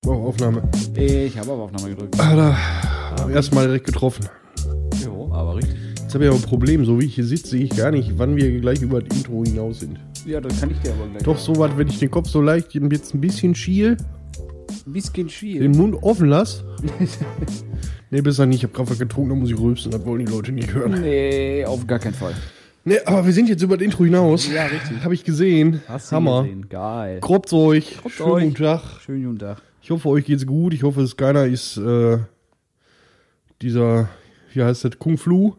Aufnahme. Ich habe auf Aufnahme gedrückt. Erstmal direkt getroffen. Jo, aber richtig. Jetzt habe ich aber ein Problem. So wie ich hier sitze, sehe ich gar nicht, wann wir gleich über das Intro hinaus sind. Ja, das kann ich dir aber gleich. Doch so was, wenn ich den Kopf so leicht jetzt ein bisschen schiel, Ein bisschen schiel. den Mund offen lass. Nee, besser nicht. Ich habe gerade was getrunken, da muss ich rülpsen. Das wollen die Leute nicht hören. Nee, auf gar keinen Fall. Nee, aber wir sind jetzt über das Intro hinaus. Ja, richtig. Habe ich gesehen. Hast du Hammer. gesehen? Geil. Kroppt euch. Kroppt Schönen euch. guten Tag. Schönen guten Tag. Ich hoffe, euch geht's gut. Ich hoffe, es keiner ist dieser, wie heißt das, Kung Flu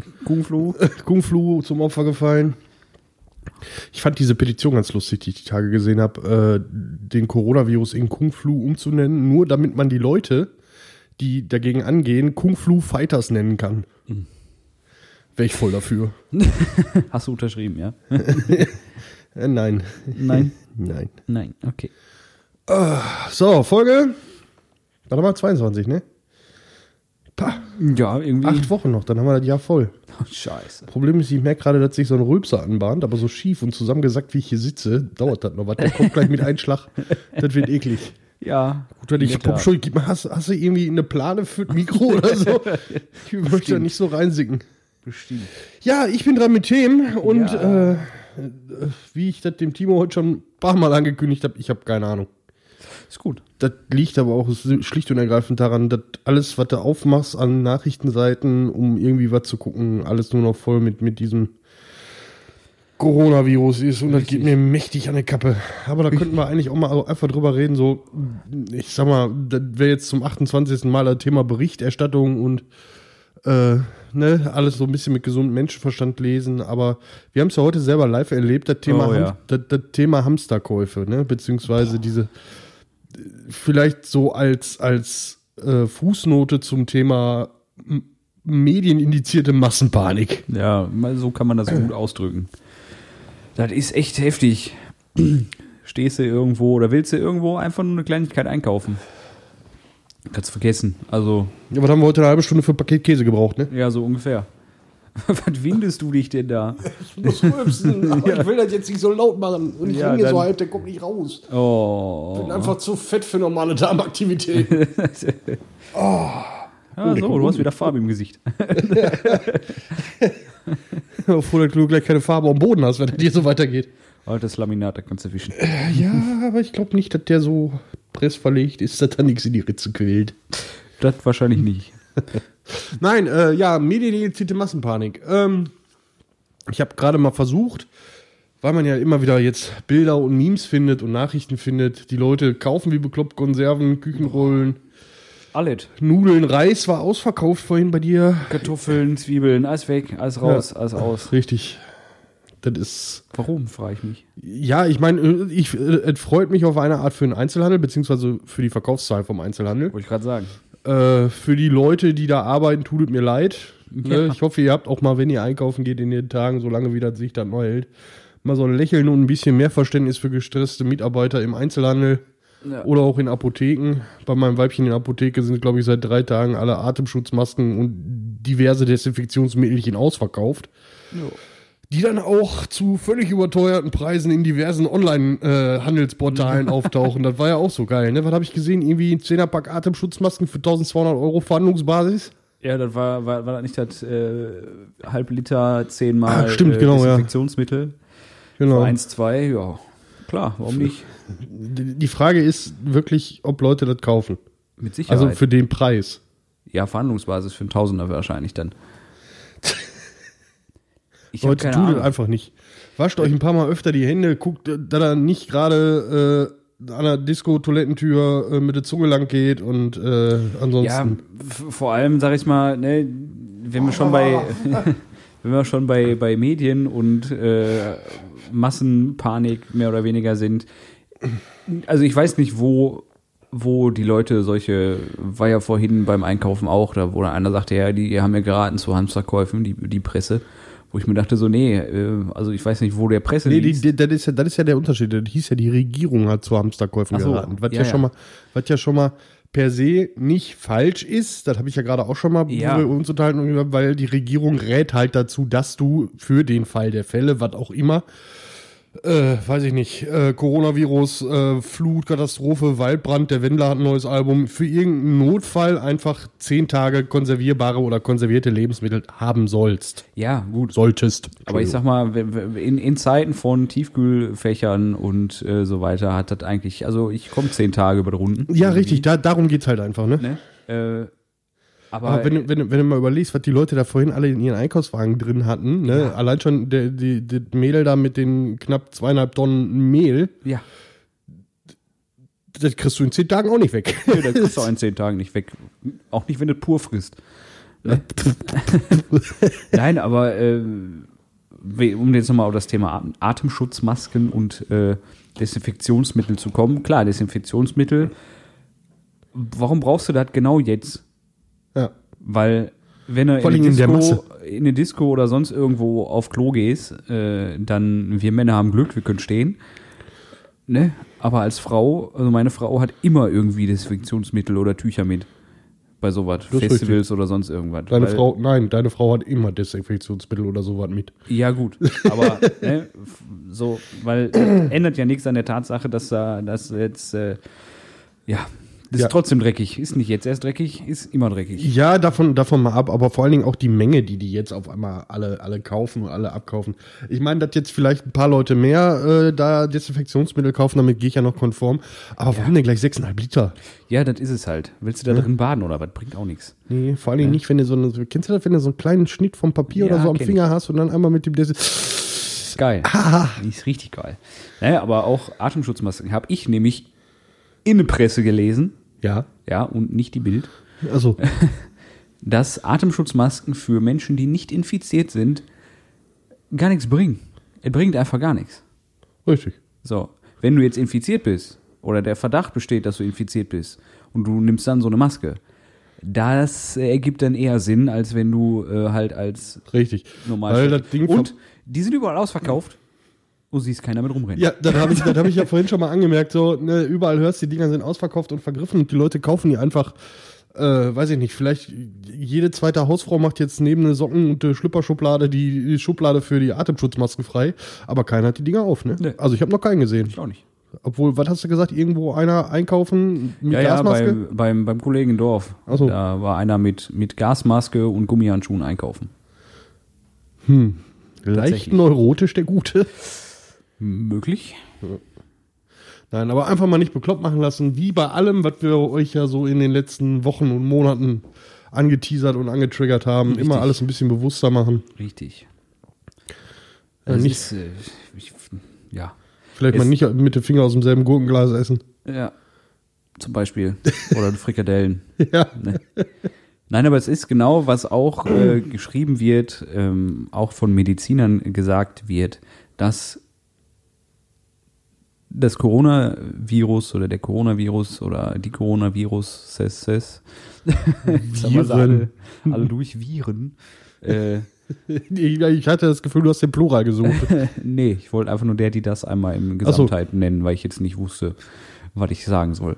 zum Opfer gefallen. Ich fand diese Petition ganz lustig, die ich die Tage gesehen habe, den Coronavirus in Kung Flu umzunennen, nur damit man die Leute, die dagegen angehen, Kung Flu Fighters nennen kann. Wäre ich voll dafür. Hast du unterschrieben, ja? Nein. Nein. Nein. Nein, okay. So, Folge, warte mal, 22, ne? Pah, Ja, irgendwie. 8 Wochen noch, dann haben wir das Jahr voll. Oh, scheiße. Problem ist, ich merke gerade, dass sich so ein Rülpser anbahnt, aber so schief und zusammengesackt, wie ich hier sitze, dauert das noch was. Der kommt gleich mit Einschlag. Das wird eklig. Ja. Gut, wenn ich Popschuld gib mal, hast du irgendwie eine Plane für das Mikro oder so? Ich möchte da nicht so reinsicken. Bestimmt. Ja, ich bin dran mit Themen und Ja. wie ich das dem Timo heute schon ein paar Mal angekündigt habe, ich habe keine Ahnung. Ist gut. Das liegt aber auch schlicht und ergreifend daran, dass alles, was du aufmachst an Nachrichtenseiten, um irgendwie was zu gucken, alles nur noch voll mit diesem Coronavirus ist und das geht mir mächtig an die Kappe. Aber da könnten wir eigentlich auch mal einfach drüber reden, so, ich sag mal, das wäre jetzt zum 28. Mal das Thema Berichterstattung und alles so ein bisschen mit gesundem Menschenverstand lesen, aber wir haben es ja heute selber live erlebt, das Thema, das Thema Hamsterkäufe, ne, beziehungsweise diese vielleicht so als Fußnote zum Thema medienindizierte Massenpanik. Ja, so kann man das gut ausdrücken. Das ist echt heftig. Stehst du irgendwo oder willst du irgendwo einfach nur eine Kleinigkeit einkaufen? Kannst vergessen. Also. Ja, was haben wir heute eine halbe Stunde für ein Paket Käse gebraucht, ne? Ja, so ungefähr. Was windest du dich denn da? Ich muss rülpsen, aber ich will das jetzt nicht so laut machen. Und ich Ja, ringe dann- so halb, der kommt nicht raus. Oh. Ich bin einfach zu fett für normale Darmaktivitäten. Ja, so, du hast wieder Farbe im Gesicht. Obwohl du gleich keine Farbe am Boden hast, wenn das dir so weitergeht. Altes Laminat, da kannst du wischen. Ja, aber ich glaube nicht, dass der so pressverlegt ist, dass da nichts in die Ritze quält. Das wahrscheinlich nicht. Nein, medienindizierte Massenpanik. Ich habe gerade mal versucht, weil man ja immer wieder jetzt Bilder und Memes findet und Nachrichten findet. Die Leute kaufen wie bekloppt Konserven, Küchenrollen, Alles. Nudeln, Reis war ausverkauft vorhin bei dir. Kartoffeln, Zwiebeln, alles weg, alles raus, alles aus. Richtig. Das ist, Warum, frage ich mich. ja, ich meine, es freut mich auf eine Art für den Einzelhandel, beziehungsweise für die Verkaufszahl vom Einzelhandel. Wollte ich gerade sagen. Für die Leute, die da arbeiten, tut es mir leid. Ne? Ja. Ich hoffe, ihr habt auch mal, wenn ihr einkaufen geht in den Tagen, solange wie das sich dann neu hält, mal so ein Lächeln und ein bisschen mehr Verständnis für gestresste Mitarbeiter im Einzelhandel Ja. oder auch in Apotheken. Bei meinem Weibchen in der Apotheke sind, glaube ich, seit 3 Tagen alle Atemschutzmasken und diverse Desinfektionsmittelchen ausverkauft. Jo. Die dann auch zu völlig überteuerten Preisen in diversen Online-Handelsportalen auftauchen. Das war ja auch so geil, ne? Was habe ich gesehen? Irgendwie ein 10er-Pack Atemschutzmasken für 1.200 € Verhandlungsbasis? Ja, das war das nicht das halb Liter 10-mal stimmt, genau, ja. Desinfektionsmittel? Genau. Für 1,2, ja. Klar, warum nicht? Die Frage ist wirklich, ob Leute das kaufen. Mit Sicherheit. Also für den Preis. Ja, Verhandlungsbasis für einen Tausender wahrscheinlich dann. Ich hab Leute, keine tut es Ahnung. einfach nicht. Wascht euch ein paar Mal öfter die Hände, guckt, da nicht gerade an der Disco-Toilettentür mit der Zunge lang geht und Ja, ansonsten. vor allem, sag ich mal, ne, wenn wir schon bei Medien und Massenpanik mehr oder weniger sind. Also ich weiß nicht, wo die Leute war ja vorhin beim Einkaufen auch, da wo einer sagte, ja, die haben ja geraten zu Hamsterkäufen, die Presse. Wo ich mir dachte so, nee, also ich weiß nicht, wo der Presse liegt. Das ist ja der Unterschied. Das hieß ja, die Regierung hat zu Hamsterkäufen Ach so, geraten. Was ja. ja schon mal per se nicht falsch ist. Das habe ich ja gerade auch schon mal, Ja. wo wir uns unterhalten, weil die Regierung rät halt dazu, dass du für den Fall der Fälle, was auch immer, weiß ich nicht, Coronavirus, Flut, Katastrophe, Waldbrand, der Wendler hat ein neues Album. Für irgendeinen Notfall einfach 10 Tage konservierbare oder konservierte Lebensmittel haben sollst. Ja, gut. Solltest. Aber ich sag mal, in Zeiten von Tiefkühlfächern und so weiter hat das eigentlich, also ich komme 10 Tage über die Runden. Ja, richtig, darum geht's halt einfach, ne? Aber wenn du mal überlegst, was die Leute da vorhin alle in ihren Einkaufswagen drin hatten, ne? Ja. Allein schon die Mädel da mit den knapp 2,5 Tonnen Mehl, ja, das kriegst du in 10 Tagen auch nicht weg. das kriegst du auch in 10 Tagen nicht weg. Auch nicht, wenn du pur frisst. Ne? Nein, aber um jetzt nochmal auf das Thema Atemschutzmasken und Desinfektionsmittel zu kommen. Klar, Desinfektionsmittel, warum brauchst du das genau jetzt? Ja. Weil, wenn du Vor allem in eine Disco oder sonst irgendwo auf Klo gehst, dann, wir Männer haben Glück, wir können stehen. Ne? Aber als Frau, also meine Frau hat immer irgendwie Desinfektionsmittel oder Tücher mit. Bei sowas, Festivals richtig. oder sonst irgendwas. Deine Frau hat immer Desinfektionsmittel oder sowas mit. Ja, gut. Aber, ne, so, weil ändert ja nichts an der Tatsache, dass das jetzt, das ist trotzdem dreckig. Ist nicht jetzt erst dreckig, ist immer dreckig. Ja, davon mal ab, aber vor allen Dingen auch die Menge, die jetzt auf einmal alle kaufen und alle abkaufen. Ich meine, dass jetzt vielleicht ein paar Leute mehr da Desinfektionsmittel kaufen, damit gehe ich ja noch konform. Aber warum denn gleich 6,5 Liter? Ja, das ist es halt. Willst du da drin baden oder was? Bringt auch nichts. Nee, vor allen Dingen nicht, wenn du kennst du das, wenn du so einen kleinen Schnitt vom Papier oder so am Finger hast und dann einmal mit dem Geil. Die ist richtig geil. Naja, aber auch Atemschutzmasken habe ich nämlich in der Presse gelesen. Ja. Ja, und nicht die Bild. Also. Dass Atemschutzmasken für Menschen, die nicht infiziert sind, gar nichts bringen. Es bringt einfach gar nichts. Richtig. So, wenn du jetzt infiziert bist oder der Verdacht besteht, dass du infiziert bist und du nimmst dann so eine Maske, das ergibt dann eher Sinn, als wenn du halt als richtig. normal. Weil das Ding und die sind überall ausverkauft. Und siehst keiner mit rumrennen. Ja, das hab ich ja vorhin schon mal angemerkt. So, ne, überall hörst du, die Dinger sind ausverkauft und vergriffen und die Leute kaufen die einfach, weiß ich nicht, vielleicht jede zweite Hausfrau macht jetzt neben eine Socken- und eine Schlüpperschublade die Schublade für die Atemschutzmasken frei, aber keiner hat die Dinger auf, ne? Nee. Also ich habe noch keinen gesehen. Ich auch nicht. Obwohl, was hast du gesagt, irgendwo einer einkaufen mit Gasmaske? Ja, beim Kollegen im Dorf. Ach so. Da war einer mit Gasmaske und Gummihandschuhen einkaufen. Leicht neurotisch, der Gute. Möglich. Nein, aber einfach mal nicht bekloppt machen lassen, wie bei allem, was wir euch ja so in den letzten Wochen und Monaten angeteasert und angetriggert haben. Richtig. Immer alles ein bisschen bewusster machen. Richtig. Also ja. Vielleicht mal nicht mit dem Finger aus demselben Gurkenglas essen. Ja, zum Beispiel. Oder Frikadellen. Ja. Ne? Nein, aber es ist genau, was auch geschrieben wird, auch von Medizinern gesagt wird, dass das Coronavirus oder der Coronavirus oder die Coronavirus, Viren. alle durch Viren. Ich hatte das Gefühl, du hast den Plural gesucht. Nee, ich wollte einfach nur die das einmal im Gesamtheit nennen, weil ich jetzt nicht wusste, was ich sagen soll.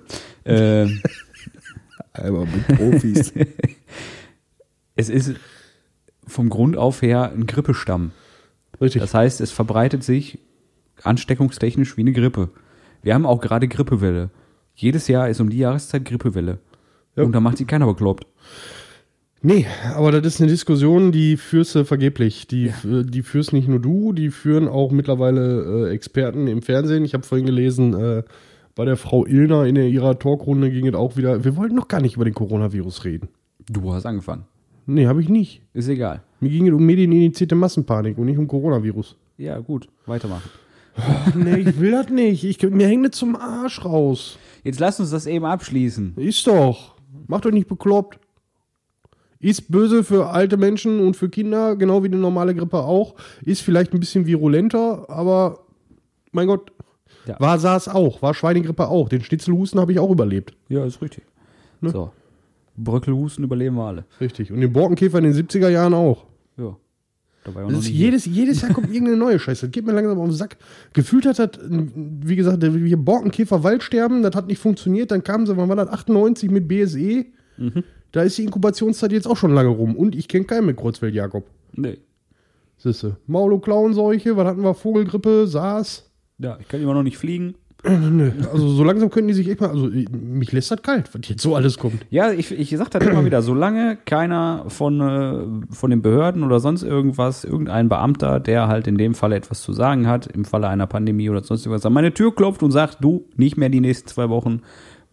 Aber mit Profis. Es ist vom Grund auf her ein Grippestamm. Richtig. Das heißt, es verbreitet sich ansteckungstechnisch wie eine Grippe. Wir haben auch gerade Grippewelle. Jedes Jahr ist um die Jahreszeit Grippewelle. Ja. Und da macht sich keiner bekloppt. Nee, aber das ist eine Diskussion, die führst du vergeblich. Die führst nicht nur du, die führen auch mittlerweile Experten im Fernsehen. Ich habe vorhin gelesen, bei der Frau Illner in ihrer Talkrunde ging es auch wieder, wir wollten noch gar nicht über den Coronavirus reden. Du hast angefangen. Nee, habe ich nicht. Ist egal. Mir ging es um medieninitiierte Massenpanik und nicht um Coronavirus. Ja, gut. Weitermachen. Oh, nee, ich will das nicht. Mir hängt das zum Arsch raus. Jetzt lass uns das eben abschließen. Ist doch. Macht euch nicht bekloppt. Ist böse für alte Menschen und für Kinder, genau wie die normale Grippe auch. Ist vielleicht ein bisschen virulenter, aber mein Gott, ja. War SARS auch, war Schweinegrippe auch. Den Schnitzelhusten habe ich auch überlebt. Ja, ist richtig. Ne? So. Bröckelhusten überleben wir alle. Richtig. Und den Borkenkäfer in den 70er Jahren auch. Ja. Dabei Das ist jedes Jahr kommt irgendeine neue Scheiße. Das geht mir langsam auf den Sack. Gefühlt hat das, wie gesagt, der Borkenkäfer Waldsterben, das hat nicht funktioniert. Dann kamen sie, wann war das, 98 mit BSE. Da ist die Inkubationszeit jetzt auch schon lange rum. Und ich kenne keinen mit Kurzfeld-Jakob. Nee. Siehste. Maul- und Klauenseuche, was hatten wir? Vogelgrippe, SARS. Ja, ich kann immer noch nicht fliegen. Nö, also so langsam könnten die sich echt mal, also mich lässt das kalt, was jetzt so alles kommt. Ja, ich sag das immer wieder, solange keiner von den Behörden oder sonst irgendwas, irgendein Beamter, der halt in dem Falle etwas zu sagen hat, im Falle einer Pandemie oder sonst irgendwas, an meine Tür klopft und sagt, du, nicht mehr die nächsten 2 Wochen,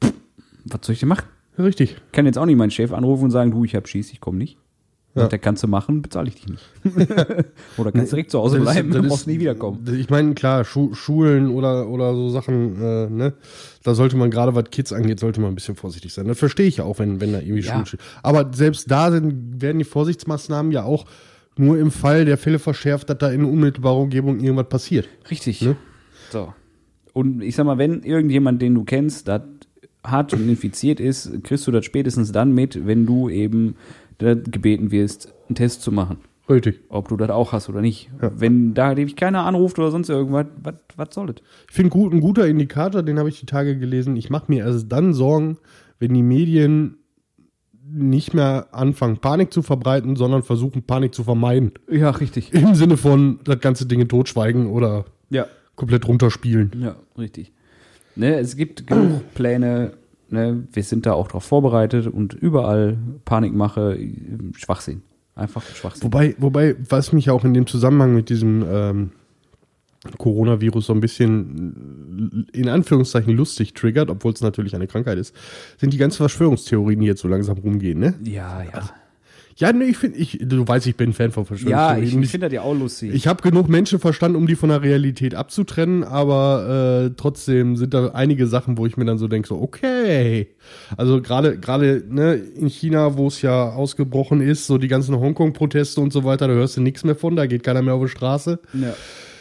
was soll ich denn machen? Richtig. Ich kann jetzt auch nicht meinen Chef anrufen und sagen, du, ich hab Schieß, ich komme nicht. Ja. Der kannst du machen, bezahle ich dich nicht. Oder kannst direkt zu Hause bleiben, du brauchst nie wiederkommen. Ich meine, klar, Schulen oder so Sachen, ne, da sollte man gerade, was Kids angeht, sollte man ein bisschen vorsichtig sein. Das verstehe ich ja auch, wenn da irgendwie Ja. Schulen stehen. Aber selbst da werden die Vorsichtsmaßnahmen ja auch nur im Fall der Fälle verschärft, dass da in unmittelbarer Umgebung irgendwas passiert. Richtig. Ne? So. Und ich sag mal, wenn irgendjemand, den du kennst, das hat und infiziert ist, kriegst du das spätestens dann mit, wenn du eben gebeten wirst, einen Test zu machen. Richtig. Ob du das auch hast oder nicht. Ja. Wenn da dich keiner anruft oder sonst irgendwas, was soll das? Ich finde ein guter Indikator, den habe ich die Tage gelesen. Ich mache mir erst dann Sorgen, wenn die Medien nicht mehr anfangen, Panik zu verbreiten, sondern versuchen, Panik zu vermeiden. Ja, richtig. Im Sinne von das ganze Dinge totschweigen oder Ja. komplett runterspielen. Ja, richtig. Ne, es gibt genug Pläne, ne, wir sind da auch drauf vorbereitet und überall Panikmache, Schwachsinn. Einfach Schwachsinn. Wobei, was mich auch in dem Zusammenhang mit diesem Coronavirus so ein bisschen in Anführungszeichen lustig triggert, obwohl es natürlich eine Krankheit ist, sind die ganzen Verschwörungstheorien, die jetzt so langsam rumgehen, ne? Ja. Ja, ne, du weißt, ich bin Fan von Ja, Verschwörungstheorien. ich finde das ja auch lustig. Ich habe genug Menschenverstand, um die von der Realität abzutrennen, aber trotzdem sind da einige Sachen, wo ich mir dann so denke, so okay. Also gerade ne, in China, wo es ja ausgebrochen ist, so die ganzen Hongkong-Proteste und so weiter, da hörst du nichts mehr von, da geht keiner mehr auf die Straße. Ja.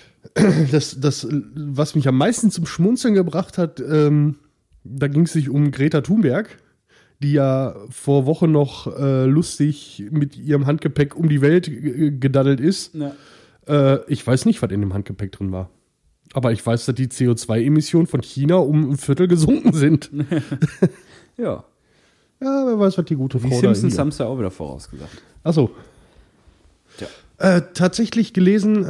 Das, was mich am meisten zum Schmunzeln gebracht hat, da ging es sich um Greta Thunberg, die ja vor Wochen noch lustig mit ihrem Handgepäck um die Welt gedaddelt ist. Ja. Ich weiß nicht, was in dem Handgepäck drin war. Aber ich weiß, dass die CO2-Emissionen von China um 1/4 gesunken sind. Ja. Ja, wer weiß, was die gute Frau Die da Simpsons in haben es ja auch wieder vorausgesagt. Achso. Tja. Tatsächlich gelesen,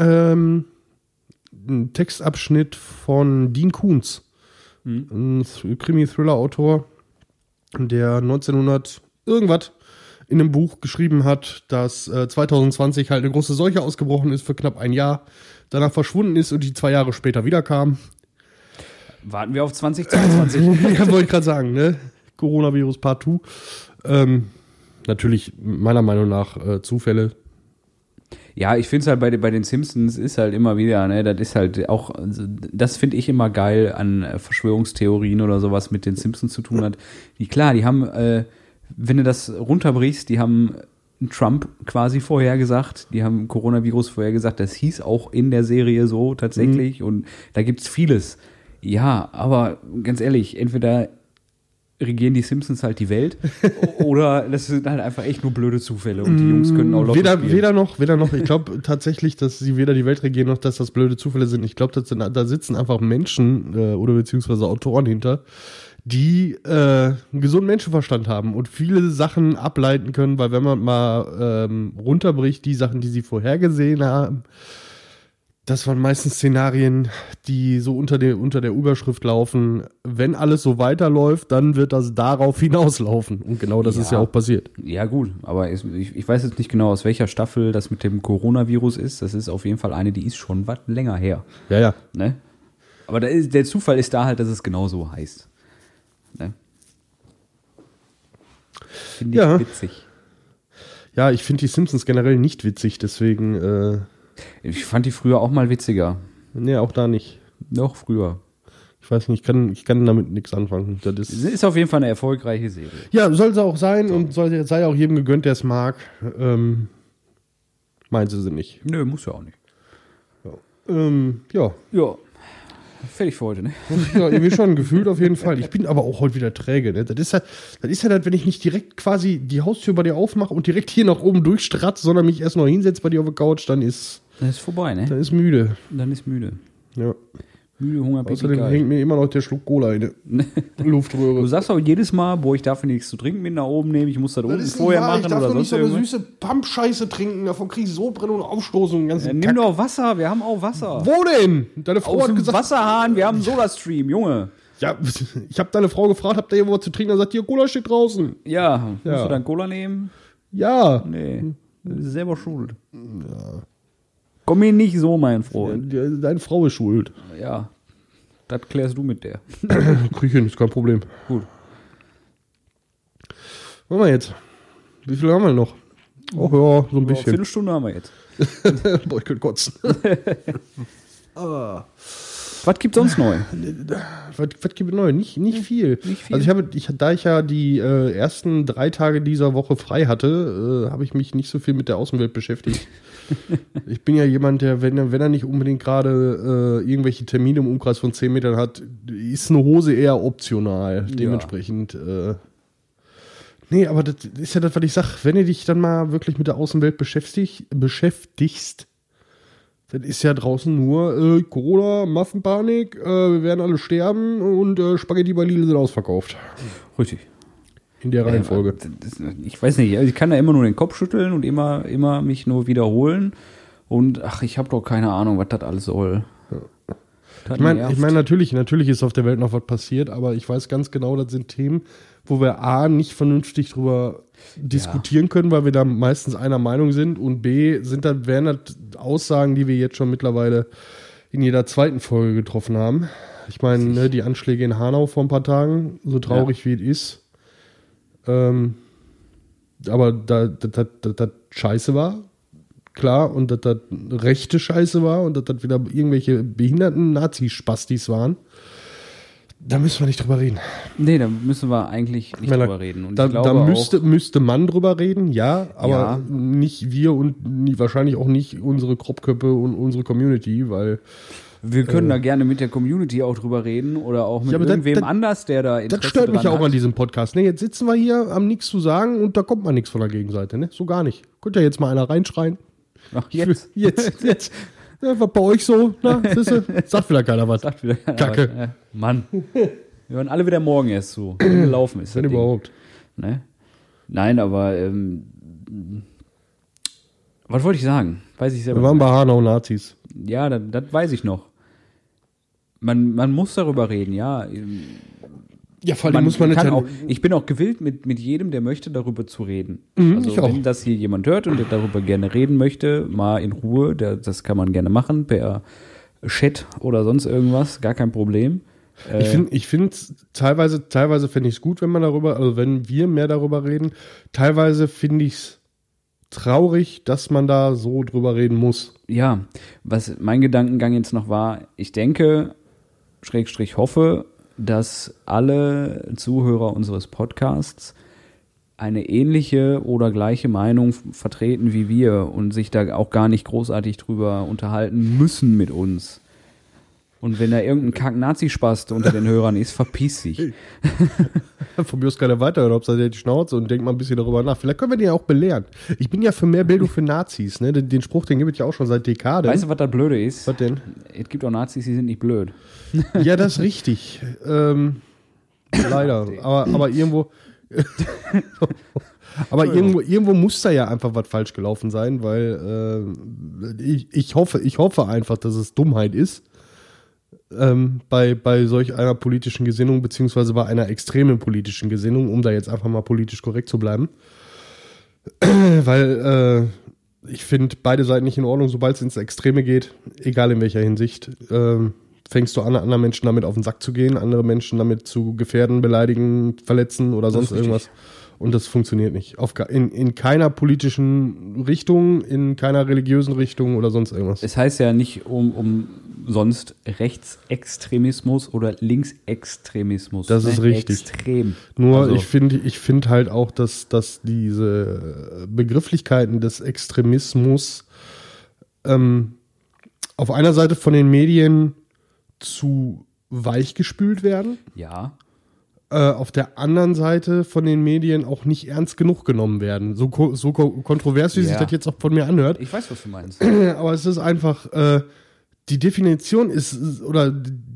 ein Textabschnitt von Dean Koontz, ein Krimi-Thriller-Autor, der 1900 irgendwas in einem Buch geschrieben hat, dass 2020 halt eine große Seuche ausgebrochen ist für knapp ein Jahr, danach verschwunden ist und die 2 Jahre später wiederkam. Warten wir auf 2022. Ja, wollte ich gerade sagen, ne? Coronavirus Part 2. Natürlich meiner Meinung nach Zufälle. Ja, ich finde es halt bei den Simpsons ist halt immer wieder, ne, das ist halt auch, das finde ich immer geil an Verschwörungstheorien oder sowas mit den Simpsons zu tun hat. Die haben, wenn du das runterbrichst, die haben Trump quasi vorhergesagt, die haben Coronavirus vorhergesagt, das hieß auch in der Serie so tatsächlich und da gibt's vieles. Ja, aber ganz ehrlich, entweder regieren die Simpsons halt die Welt oder das sind halt einfach echt nur blöde Zufälle und die Jungs können auch Lotto spielen. Weder noch. Ich glaube tatsächlich, dass sie weder die Welt regieren noch, dass das blöde Zufälle sind. Ich glaube, da sitzen einfach Menschen oder beziehungsweise Autoren hinter, die einen gesunden Menschenverstand haben und viele Sachen ableiten können, weil wenn man mal runterbricht, die Sachen, die sie vorhergesehen haben, das waren meistens Szenarien, die so unter der Überschrift laufen, wenn alles so weiterläuft, dann wird das darauf hinauslaufen. Und genau das ist ja auch passiert. Ja gut, aber ich weiß jetzt nicht genau, aus welcher Staffel das mit dem Coronavirus ist. Das ist auf jeden Fall eine, die ist schon was länger her. Ja. Ne? Aber der Zufall ist da halt, dass es genau so heißt. Ne? Finde ich witzig. Ja, ich finde die Simpsons generell nicht witzig, deswegen ich fand die früher auch mal witziger. nee, auch da nicht. Noch früher. Ich weiß nicht, ich kann damit nichts anfangen. Das Ist auf jeden Fall eine erfolgreiche Serie. ja, soll sie auch sein und sei auch jedem gegönnt, der es mag. Meinen sie nicht. Nö, muss ja auch nicht. Ja. Ja. Fertig für heute, ne? Ja, irgendwie schon gefühlt auf jeden Fall. Ich bin aber auch heute wieder träge. Ne? Das ist ja das, wenn ich nicht direkt quasi die Haustür bei dir aufmache und direkt hier nach oben durchstratze, sondern mich erst noch hinsetze bei dir auf der Couch, dann ist Dann ist vorbei, ne? müde. Dann ist müde. Ja. Müde, Hunger, Pipi, Außerdem geil. hängt mir immer noch der Schluck Cola in der Luftröhre. Du sagst auch jedes Mal, boah, ich darf nichts zu trinken mit nach oben nehmen, ich muss das unten vorher machen Ich darf oder doch nicht sonst so eine irgendwas. süße Pump-Scheiße trinken, davon krieg ich Sodbrennen und Aufstoßung. Den ganzen Nimm doch Wasser, wir haben auch Wasser. Wo denn? Deine Frau Aus hat dem gesagt, Wasserhahn, wir haben einen Soda-Stream, Junge. ja, ich habe deine Frau gefragt, habt ihr irgendwo was zu trinken? Dann sagt die, Cola steht draußen. Ja, musst Ja. du dann Cola nehmen? Ja. Nee, du bist selber schuld. Ja. Komm mir nicht so, mein Freund. Deine Frau ist schuld. Ja, das klärst du mit der. Krieg ich hin, ist kein Problem. Gut. Was machen wir jetzt? Wie viel haben wir noch? Oh ja, so ein Eine bisschen. Viertelstunde haben wir jetzt. Boah, ich könnte kotzen. Was gibt's sonst neu? Was gibt es neu? Nicht viel. Nicht viel. Also da ich ja die ersten 3 Tage dieser Woche frei hatte, habe ich mich nicht so viel mit der Außenwelt beschäftigt. Ich bin ja jemand, der, wenn er nicht unbedingt gerade irgendwelche Termine im Umkreis von 10 Metern hat, ist eine Hose eher optional. Dementsprechend. Nee, aber das ist ja das, was ich sage. Wenn du dich dann mal wirklich mit der Außenwelt beschäftigst, dann ist ja draußen nur Corona, Massenpanik, wir werden alle sterben und Spaghetti bei Lidl sind ausverkauft. Richtig. In der Reihenfolge. Ich weiß nicht, also ich kann da immer nur den Kopf schütteln und immer mich nur wiederholen. Und ach, ich habe doch keine Ahnung, was das alles soll. Das Ich meine, nervt. natürlich ist auf der Welt noch was passiert, aber ich weiß ganz genau, das sind Themen, wo wir A, nicht vernünftig drüber diskutieren können, weil wir da meistens einer Meinung sind, und B, wären das Aussagen, die wir jetzt schon mittlerweile in jeder zweiten Folge getroffen haben. Ich meine, ne, die Anschläge in Hanau vor ein paar Tagen, so traurig wie es ist, aber das scheiße war, klar, und dass das rechte Scheiße war und dass das wieder irgendwelche behinderten Nazi-Spastis waren, da müssen wir nicht drüber reden. Nee, da müssen wir eigentlich nicht drüber reden. Und Da, ich glaube da auch, müsste man drüber reden, ja, aber Ja. nicht wir und wahrscheinlich auch nicht unsere Kropfköppe und unsere Community, weil wir können da gerne mit der Community auch drüber reden oder auch mit Ja, aber irgendwem das- anders, der da das Interesse stört mich dran ja auch hat. an diesem Podcast. Ne, jetzt sitzen wir hier, haben nichts zu sagen und da kommt mal nichts von der Gegenseite, ne? So gar nicht. Könnte ja jetzt mal einer reinschreien. Ach, jetzt Jetzt. Ja, was bei euch so? Na, siehste? Sagt wieder keiner was. sagt wieder keiner Kacke. was. Ja, Mann. Wir hören alle wieder morgen erst zu, wenn gelaufen ist. Wenn das Ding. überhaupt. Ne? Nein, aber was wollte ich sagen? Weiß ich selber Wir waren bei Hanau Nazis. nicht. Ja, das weiß ich noch. Man muss darüber reden, ja. Ja, vor allem muss man kann nicht auch, ich bin auch gewillt, mit jedem, der möchte, darüber zu reden. ich Also auch. wenn das hier jemand hört und der darüber gerne reden möchte, mal in Ruhe, das kann man gerne machen, per Chat oder sonst irgendwas, gar kein Problem. Ich finde teilweise fände ich es gut, wenn man darüber, also wenn wir mehr darüber reden. Teilweise finde ich es traurig, dass man da so drüber reden muss. Ja, was mein Gedankengang jetzt noch war, ich denke, Schrägstrich hoffe, dass alle Zuhörer unseres Podcasts eine ähnliche oder gleiche Meinung vertreten wie wir und sich da auch gar nicht großartig drüber unterhalten müssen mit uns. Und wenn da irgendein Kack-Nazi-Spast unter den Hörern ist, verpiss dich. Von mir aus keiner weiterhören, ob es die Schnauze und denkt mal ein bisschen darüber nach. Vielleicht können wir die ja auch belehren. Ich bin ja für mehr Bildung für Nazis. Ne? Den Spruch, den gibt es ja auch schon seit Dekaden. Weißt du, was das Blöde ist? Was denn? Es gibt auch Nazis, die sind nicht blöd. Ja, das ist richtig. Leider. Aber irgendwo. Aber irgendwo muss da ja einfach was falsch gelaufen sein, weil ich hoffe einfach, dass es Dummheit ist. Bei solch einer politischen Gesinnung, beziehungsweise bei einer extremen politischen Gesinnung, um da jetzt einfach mal politisch korrekt zu bleiben. Weil ich finde beide Seiten nicht in Ordnung, sobald es ins Extreme geht, egal in welcher Hinsicht. Fängst du an, anderen Menschen damit auf den Sack zu gehen, andere Menschen damit zu gefährden, beleidigen, verletzen oder sonst irgendwas. Und das funktioniert nicht. In keiner politischen Richtung, in keiner religiösen Richtung oder sonst irgendwas. Es heißt ja nicht umsonst Rechtsextremismus oder Linksextremismus. Das ist richtig. Extrem. Nur Also, ich finde halt auch, dass diese Begrifflichkeiten des Extremismus auf einer Seite von den Medien zu weichgespült werden, ja. auf der anderen Seite von den Medien auch nicht ernst genug genommen werden. So kontrovers, wie sich Ja. das jetzt auch von mir anhört. Ich weiß, was du meinst. Aber es ist einfach, die Definition ist, oder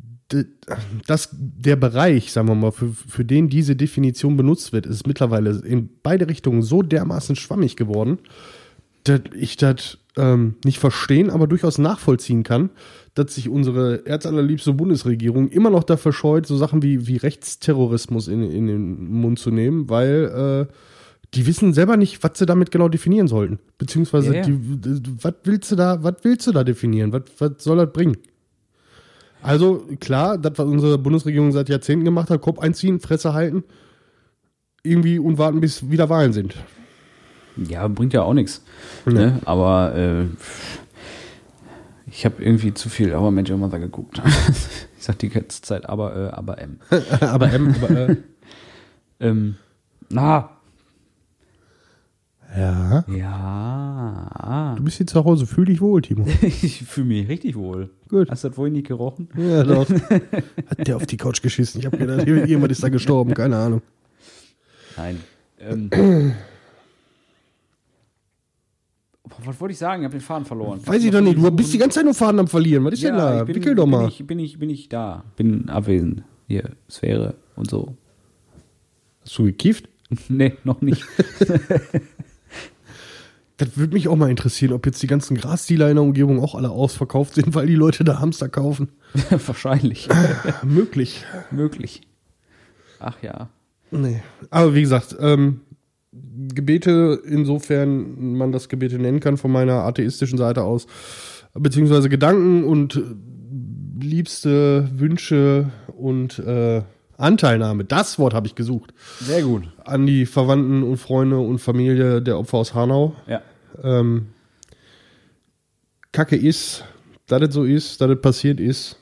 der Bereich, sagen wir mal, für den diese Definition benutzt wird, ist mittlerweile in beide Richtungen so dermaßen schwammig geworden, dass ich das nicht verstehen, aber durchaus nachvollziehen kann, dass sich unsere erzallerliebste Bundesregierung immer noch dafür scheut, so Sachen wie Rechtsterrorismus in den Mund zu nehmen, weil die wissen selber nicht, was sie damit genau definieren sollten. Beziehungsweise, was willst du da definieren? Was soll das bringen? Also, klar, das, was unsere Bundesregierung seit Jahrzehnten gemacht hat, Kopf einziehen, Fresse halten, irgendwie und warten, bis wieder Wahlen sind. Ja, bringt ja auch nichts. Ne? Aber ich habe irgendwie zu viel Our Major Mother geguckt. Ich sag die ganze Zeit, aber M. Ja. Ja. Du bist jetzt zu Hause, fühl dich wohl, Timo. Ich fühle mich richtig wohl. Gut. Hast du das vorhin nicht gerochen? Ja, doch. Hat der auf die Couch geschissen? Ich habe gedacht, jemand ist da gestorben, keine Ahnung. Nein. Was wollte ich sagen? Ich habe den Faden verloren. Weiß ich doch nicht, du bist die ganze Zeit nur Faden am Verlieren. Was ist denn da? Wickel doch mal. Bin ich da. Bin abwesend. Hier, Sphäre und so. Hast du gekifft? Nee, noch nicht. Das würde mich auch mal interessieren, ob jetzt die ganzen Grasdealer in der Umgebung auch alle ausverkauft sind, weil die Leute da Hamster kaufen. Wahrscheinlich. Möglich. Ach ja. Nee. Aber wie gesagt, Gebete, insofern man das Gebete nennen kann, von meiner atheistischen Seite aus, beziehungsweise Gedanken und liebste Wünsche und Anteilnahme, das Wort habe ich gesucht. Sehr gut. An die Verwandten und Freunde und Familie der Opfer aus Hanau. Ja. Kacke ist, dass es so ist, dass es passiert ist.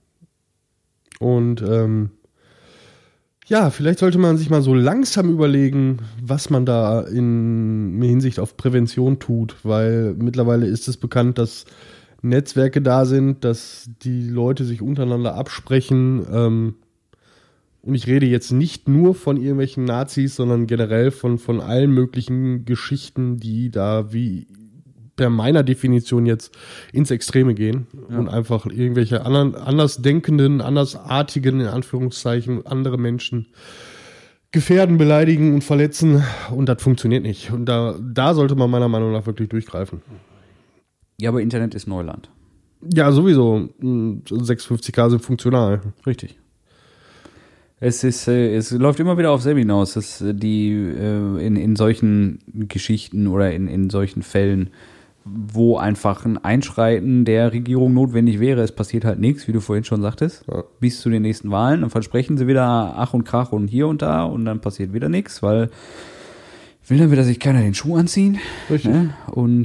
Und vielleicht sollte man sich mal so langsam überlegen, was man da in Hinsicht auf Prävention tut, weil mittlerweile ist es bekannt, dass Netzwerke da sind, dass die Leute sich untereinander absprechen. Und ich rede jetzt nicht nur von irgendwelchen Nazis, sondern generell von allen möglichen Geschichten, die da wie per meiner Definition jetzt ins Extreme gehen und einfach irgendwelche andersdenkenden, andersartigen, in Anführungszeichen, andere Menschen gefährden, beleidigen und verletzen. Und das funktioniert nicht. Und da sollte man meiner Meinung nach wirklich durchgreifen. Ja, aber Internet ist Neuland. Ja, sowieso. 650K sind funktional. Richtig. Es läuft immer wieder auf selbe hinaus, dass die in solchen Geschichten oder in solchen Fällen, wo einfach ein Einschreiten der Regierung notwendig wäre, es passiert halt nichts, wie du vorhin schon sagtest, bis zu den nächsten Wahlen. Dann versprechen sie wieder Ach und Krach und hier und da und dann passiert wieder nichts, weil will dann wieder sich keiner den Schuh anziehen. Richtig. Ne? Und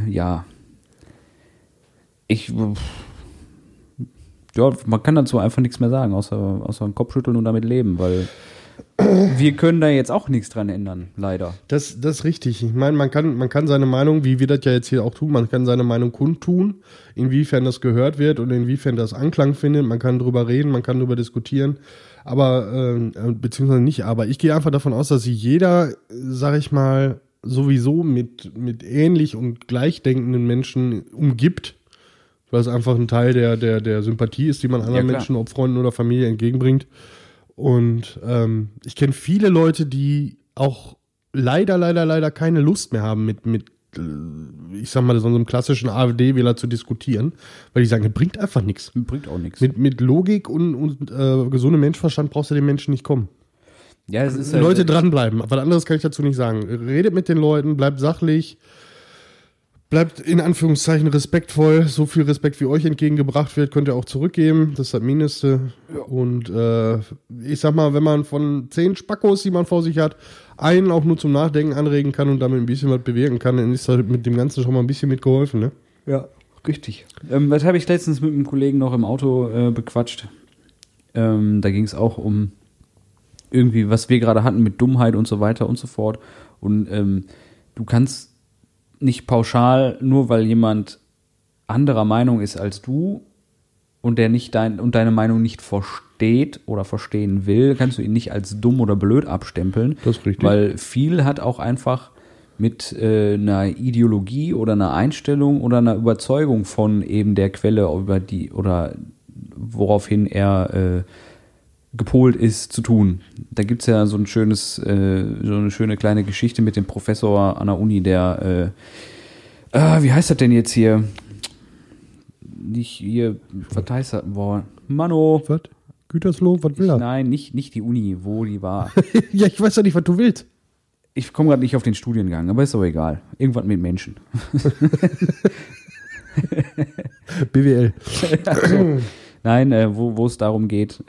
man kann dazu einfach nichts mehr sagen, außer den Kopf schütteln und damit leben, weil wir können da jetzt auch nichts dran ändern, leider. Das ist richtig. Ich meine, man kann seine Meinung, wie wir das ja jetzt hier auch tun, man kann seine Meinung kundtun, inwiefern das gehört wird und inwiefern das Anklang findet. Man kann drüber reden, man kann drüber diskutieren, aber, beziehungsweise nicht, aber ich gehe einfach davon aus, dass sich jeder, sag ich mal, sowieso mit ähnlich und gleichdenkenden Menschen umgibt, weil es einfach ein Teil der Sympathie ist, die man anderen Menschen, ob Freunden oder Familie, entgegenbringt. Und ich kenne viele Leute, die auch leider keine Lust mehr haben, mit ich sag mal, so einem klassischen AfD-Wähler zu diskutieren, weil die sagen, das bringt einfach nichts. Bringt auch nichts. Mit Logik und gesundem Menschenverstand brauchst du den Menschen nicht kommen. Ja, es ist Leute dranbleiben. Was anderes kann ich dazu nicht sagen. Redet mit den Leuten, bleibt sachlich, bleibt in Anführungszeichen respektvoll. So viel Respekt, wie euch entgegengebracht wird, könnt ihr auch zurückgeben. Das ist das Mindeste. Ja. Und ich sag mal, wenn man von 10 Spackos, die man vor sich hat, einen auch nur zum Nachdenken anregen kann und damit ein bisschen was bewirken kann, dann ist da mit dem Ganzen schon mal ein bisschen mitgeholfen, ne? Ja, richtig. Das habe ich letztens mit einem Kollegen noch im Auto bequatscht. Da ging es auch um irgendwie, was wir gerade hatten mit Dummheit und so weiter und so fort. Und du kannst nicht pauschal, nur weil jemand anderer Meinung ist als du und der nicht deine Meinung nicht versteht oder verstehen will, kannst du ihn nicht als dumm oder blöd abstempeln. Das ist richtig. Weil viel hat auch einfach mit einer Ideologie oder einer Einstellung oder einer Überzeugung von eben der Quelle, über die oder woraufhin er gepolt ist, zu tun. Da gibt es ja so eine schöne kleine Geschichte mit dem Professor an der Uni, der wie heißt das denn jetzt hier? Nicht hier, was heißt das? Boah, Mano. Was? Gütersloh, was will er? Nein, nicht die Uni, wo die war. Ja, ich weiß ja nicht, was du willst. Ich komme gerade nicht auf den Studiengang, aber ist doch egal. Irgendwas mit Menschen. BWL. Also, nein, wo es darum geht,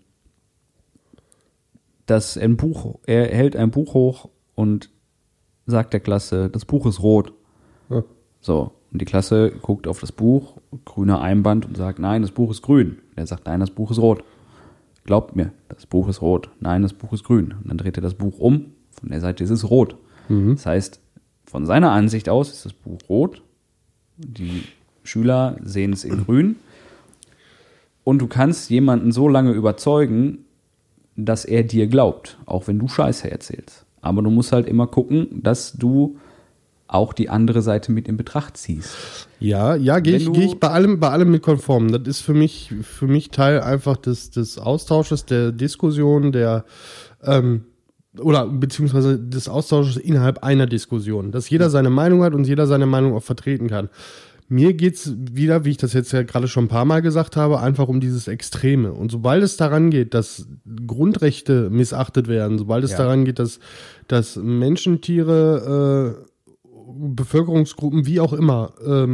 dass er hält ein Buch hoch und sagt der Klasse, das Buch ist rot. Ja. So, und die Klasse guckt auf das Buch, grüner Einband und sagt, nein, das Buch ist grün. Er sagt, nein, das Buch ist rot. Glaubt mir, das Buch ist rot. Nein, das Buch ist grün. Und dann dreht er das Buch um, von der Seite ist es rot. Das heißt, von seiner Ansicht aus ist das Buch rot. Die Schüler sehen es in grün. Und du kannst jemanden so lange überzeugen, dass er dir glaubt, auch wenn du Scheiße erzählst. Aber du musst halt immer gucken, dass du auch die andere Seite mit in Betracht ziehst. Ja, geh ich bei allem mit konform. Das ist für mich Teil einfach des Austausches, der Diskussion, oder beziehungsweise des Austausches innerhalb einer Diskussion. Dass jeder seine Meinung hat und jeder seine Meinung auch vertreten kann. Mir geht's wieder, wie ich das jetzt ja gerade schon ein paar Mal gesagt habe, einfach um dieses Extreme. Und sobald es daran geht, dass Grundrechte missachtet werden, sobald es daran geht, dass Menschen, Tiere, Bevölkerungsgruppen, wie auch immer,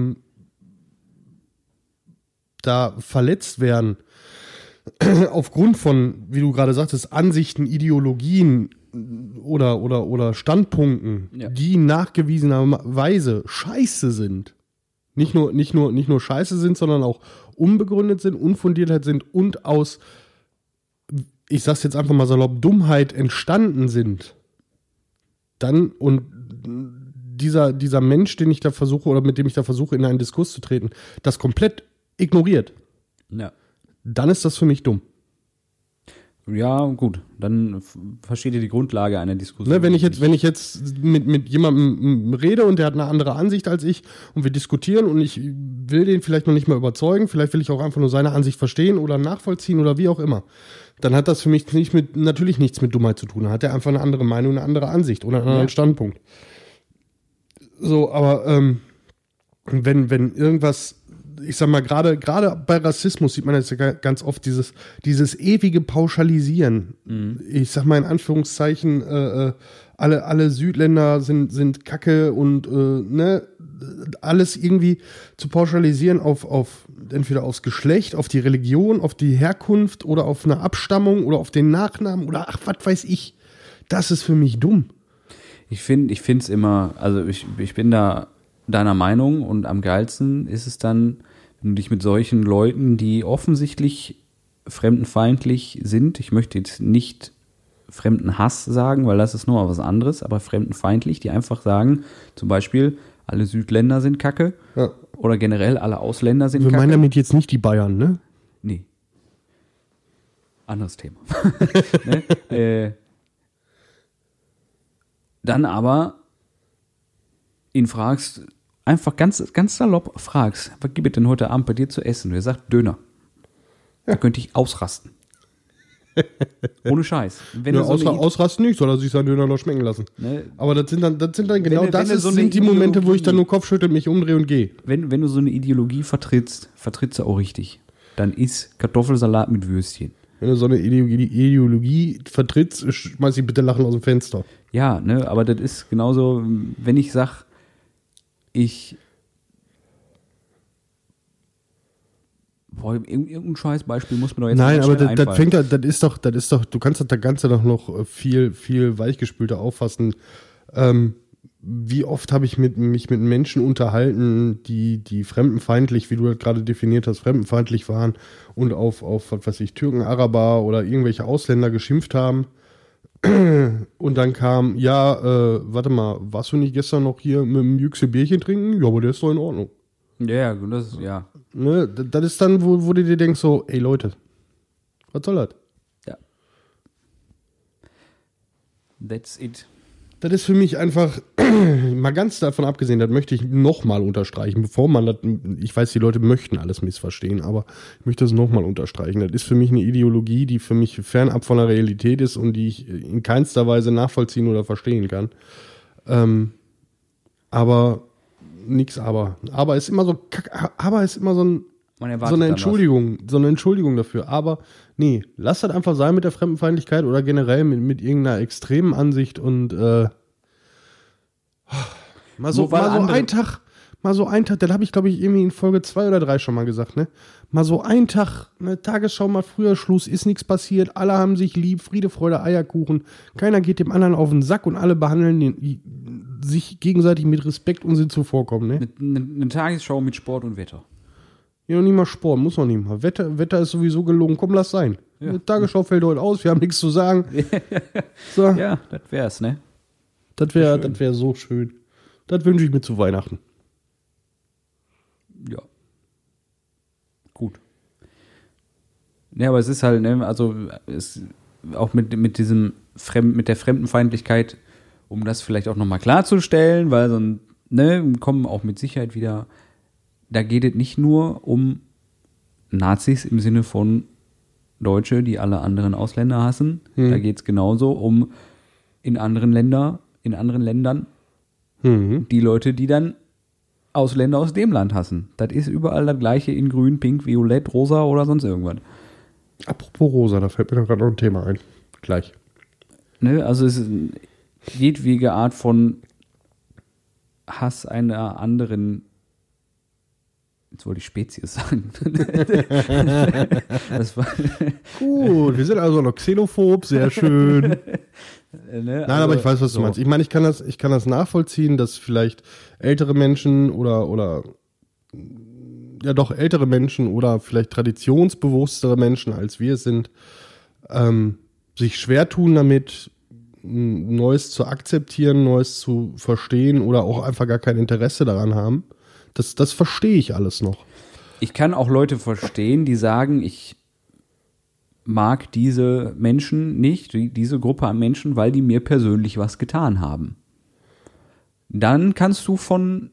da verletzt werden, aufgrund von, wie du gerade sagtest, Ansichten, Ideologien oder Standpunkten, die nachgewiesenerweise scheiße sind. Nicht nur scheiße sind, sondern auch unbegründet sind, Unfundiertheit sind und aus, ich sag's jetzt einfach mal salopp, Dummheit entstanden sind. Dann, und dieser Mensch, den ich da versuche, oder mit dem ich da versuche, in einen Diskurs zu treten, das komplett ignoriert. Ja. Dann ist das für mich dumm. Ja, gut, dann versteht ihr die Grundlage einer Diskussion. Ne, wenn ich jetzt mit jemandem rede und der hat eine andere Ansicht als ich und wir diskutieren und ich will den vielleicht noch nicht mal überzeugen, vielleicht will ich auch einfach nur seine Ansicht verstehen oder nachvollziehen oder wie auch immer, dann hat das für mich natürlich nichts mit Dummheit zu tun. Dann hat er einfach eine andere Meinung, eine andere Ansicht oder einen anderen Standpunkt. So, aber wenn irgendwas, ich sag mal, gerade bei Rassismus sieht man jetzt ja ganz oft dieses ewige Pauschalisieren. Ich sag mal in Anführungszeichen, alle Südländer sind Kacke und alles irgendwie zu pauschalisieren auf entweder aufs Geschlecht, auf die Religion, auf die Herkunft oder auf eine Abstammung oder auf den Nachnamen oder ach, was weiß ich. Das ist für mich dumm. Ich finde es immer, also ich bin da deiner Meinung und am geilsten ist es dann, wenn du dich mit solchen Leuten, die offensichtlich fremdenfeindlich sind, ich möchte jetzt nicht Fremdenhass sagen, weil das ist nur was anderes, aber fremdenfeindlich, die einfach sagen, zum Beispiel, alle Südländer sind Kacke oder generell alle Ausländer sind Kacke. Wir meinen damit jetzt nicht die Bayern, ne? Nee. Anderes Thema. Ne? Dann aber ihn fragst, einfach ganz salopp fragst, was gibt es denn heute Abend bei dir zu essen? Und er sagt, Döner. Da könnte ich ausrasten. Ohne Scheiß. Wenn Ausrasten nicht, soll er sich seinen Döner noch schmecken lassen. Ne? Aber das sind dann genau sind die Momente, wo ich dann nur Kopfschüttel, mich umdrehe und gehe. Wenn du so eine Ideologie vertrittst du auch richtig. Dann isst Kartoffelsalat mit Würstchen. Wenn du so eine Ideologie vertrittst, schmeiß ich bitte Lachen aus dem Fenster. Ja, ne, aber das ist genauso, wenn ich sag, irgendein Scheißbeispiel muss mir doch jetzt Nein, aber einfallen. das ist doch, du kannst das Ganze doch noch viel, viel weichgespülter auffassen. Wie oft habe ich mich mit Menschen unterhalten, die fremdenfeindlich, wie du das gerade definiert hast, fremdenfeindlich waren und auf was weiß ich, Türken, Araber oder irgendwelche Ausländer geschimpft haben. Und dann kam, warte mal, warst du nicht gestern noch hier mit dem Yüksel Bierchen trinken? Ja, aber der ist doch in Ordnung. Ja, das ist, ja. Ne, das ist dann, wo du dir denkst so, ey Leute, was soll das? Ja. That's it. Das ist für mich einfach, mal ganz davon abgesehen, das möchte ich nochmal unterstreichen, bevor man das, ich weiß, die Leute möchten alles missverstehen, aber ich möchte das nochmal unterstreichen. Das ist für mich eine Ideologie, die für mich fernab von der Realität ist und die ich in keinster Weise nachvollziehen oder verstehen kann. Aber nix aber. Aber ist immer so eine Entschuldigung dafür. Aber nee, lass das einfach sein mit der Fremdenfeindlichkeit oder generell mit irgendeiner extremen Ansicht und mal so ein Tag, das habe ich, glaube ich, irgendwie in Folge 2 oder 3 schon mal gesagt, ne? Mal so ein Tag, eine Tagesschau mal früher Schluss, ist nichts passiert, alle haben sich lieb, Friede, Freude, Eierkuchen, keiner geht dem anderen auf den Sack und alle behandeln sich gegenseitig mit Respekt und sind zuvorkommen, ne? Eine Tagesschau mit Sport und Wetter. Ja, noch nicht mal Sport, muss noch nicht mal. Wetter ist sowieso gelogen, komm, lass sein. Ja. Die Tagesschau fällt heute aus, wir haben nichts zu sagen. So. Ja, das wär's, ne? Das wär so schön. Das wünsche ich mir zu Weihnachten. Ja. Gut. Ja, aber es ist halt, ne, also auch mit der Fremdenfeindlichkeit, um das vielleicht auch nochmal klarzustellen, weil so kommen auch mit Sicherheit wieder, da geht es nicht nur um Nazis im Sinne von Deutsche, die alle anderen Ausländer hassen. Da geht es genauso um in anderen Ländern die Leute, die dann Ausländer aus dem Land hassen. Das ist überall das Gleiche in grün, pink, violett, rosa oder sonst irgendwas. Apropos rosa, da fällt mir doch gerade noch ein Thema ein. Gleich. Ne, also es ist jedwege Art von Hass einer anderen, jetzt wollte ich Spezies sagen. Das war gut, wir sind also noch xenophob, sehr schön. Nein, aber ich weiß, was du meinst. Ich meine, ich kann das nachvollziehen, dass vielleicht ältere Menschen oder ältere Menschen oder vielleicht traditionsbewusstere Menschen, als wir es sind, sich schwer tun damit, Neues zu akzeptieren, Neues zu verstehen oder auch einfach gar kein Interesse daran haben. Das verstehe ich alles noch. Ich kann auch Leute verstehen, die sagen, ich mag diese Menschen nicht, diese Gruppe an Menschen, weil die mir persönlich was getan haben. Dann kannst du von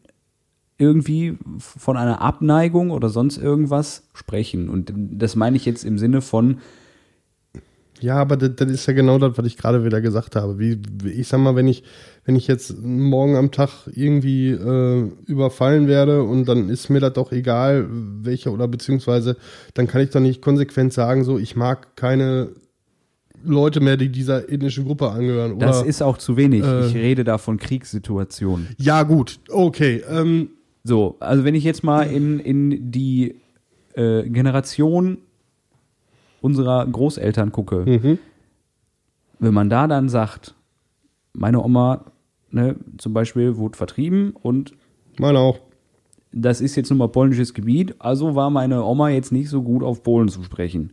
einer Abneigung oder sonst irgendwas sprechen. Und das meine ich jetzt im Sinne von. Ja, aber das ist ja genau das, was ich gerade wieder gesagt habe. Ich sag mal, wenn ich jetzt morgen am Tag irgendwie überfallen werde und dann ist mir das doch egal, welche oder beziehungsweise dann kann ich doch nicht konsequent sagen, so, ich mag keine Leute mehr, die dieser ethnischen Gruppe angehören. Oder, das ist auch zu wenig. Ich rede da von Kriegssituationen. Ja, gut, okay. So, also wenn ich jetzt mal in die Generation unserer Großeltern gucke, wenn man da dann sagt, meine Oma, ne, zum Beispiel, wurde vertrieben und meine auch. Das ist jetzt nun mal polnisches Gebiet, also war meine Oma jetzt nicht so gut auf Polen zu sprechen.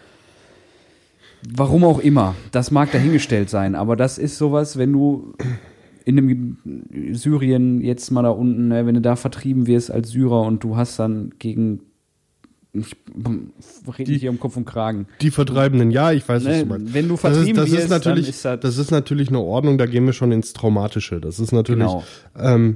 Warum auch immer, das mag dahingestellt sein, aber das ist sowas, wenn du in dem Syrien jetzt mal da unten, ne, wenn du da vertrieben wirst als Syrer und du hast dann gegen, ich rede nicht hier um Kopf und Kragen. Die Vertreibenden, ja, ich weiß, was du meinst. Wenn du vertrieben wirst, dann ist das ist natürlich eine Ordnung, da gehen wir schon ins Traumatische. Das ist natürlich, genau.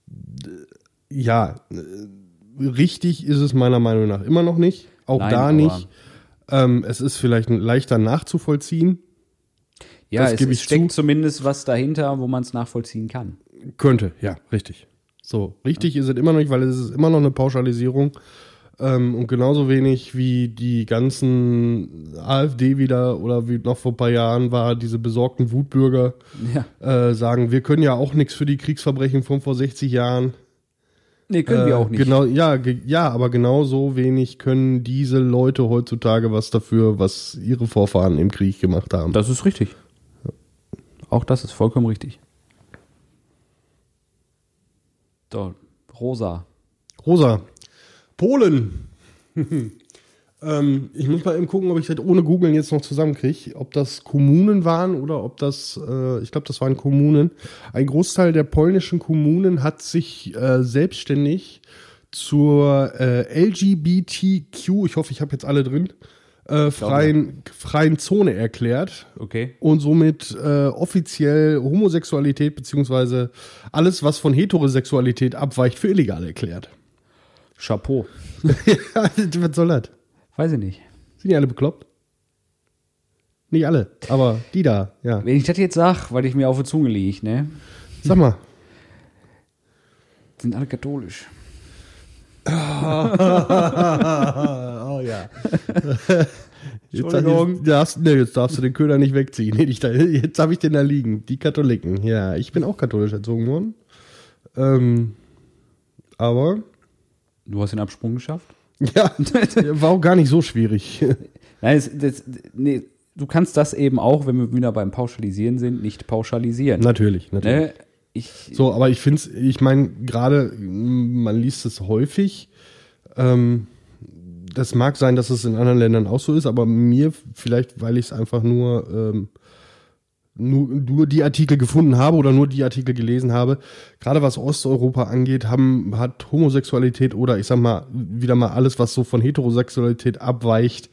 Richtig ist es meiner Meinung nach immer noch nicht. Auch Nein, da nicht. Es ist vielleicht leichter nachzuvollziehen. Ja, es steckt zumindest was dahinter, wo man es nachvollziehen kann. Könnte, ja, richtig. So, richtig ist es immer noch nicht, weil es ist immer noch eine Pauschalisierung. Und genauso wenig wie die ganzen AfD-Wähler oder wie noch vor ein paar Jahren war, diese besorgten Wutbürger sagen, wir können ja auch nichts für die Kriegsverbrechen von vor 60 Jahren. Nee, können wir auch nicht. Genau, ja, aber genauso wenig können diese Leute heutzutage was dafür, was ihre Vorfahren im Krieg gemacht haben. Das ist richtig. Ja. Auch das ist vollkommen richtig. So, Rosa. Polen. Ich muss mal eben gucken, ob ich das ohne Googeln jetzt noch zusammenkriege. Ob das Kommunen waren oder ob das, ich glaube, das waren Kommunen. Ein Großteil der polnischen Kommunen hat sich selbstständig zur LGBTQ, ich hoffe, ich habe jetzt alle drin, freien Zone erklärt. Okay. Und somit offiziell Homosexualität beziehungsweise alles, was von Heterosexualität abweicht, für illegal erklärt. Chapeau. Was soll das? Weiß ich nicht. Sind die alle bekloppt? Nicht alle, aber die da, ja. Wenn ich das jetzt sag, weil ich mir auf der Zunge liegt, ne? Sag mal. Sind alle katholisch. Oh ja. Entschuldigung. Jetzt darfst du den Köder nicht wegziehen. Jetzt habe ich den da liegen. Die Katholiken. Ja, ich bin auch katholisch erzogen worden. Aber. Du hast den Absprung geschafft? Ja, war auch gar nicht so schwierig. Nein, du kannst das eben auch, wenn wir wieder beim Pauschalisieren sind, nicht pauschalisieren. Natürlich. Ne? So, aber ich finde es, ich meine, gerade, man liest es häufig, das mag sein, dass es in anderen Ländern auch so ist, aber mir vielleicht, weil ich es einfach nur die Artikel gefunden habe oder nur die Artikel gelesen habe, gerade was Osteuropa angeht, hat Homosexualität oder ich sag mal, wieder mal alles, was so von Heterosexualität abweicht,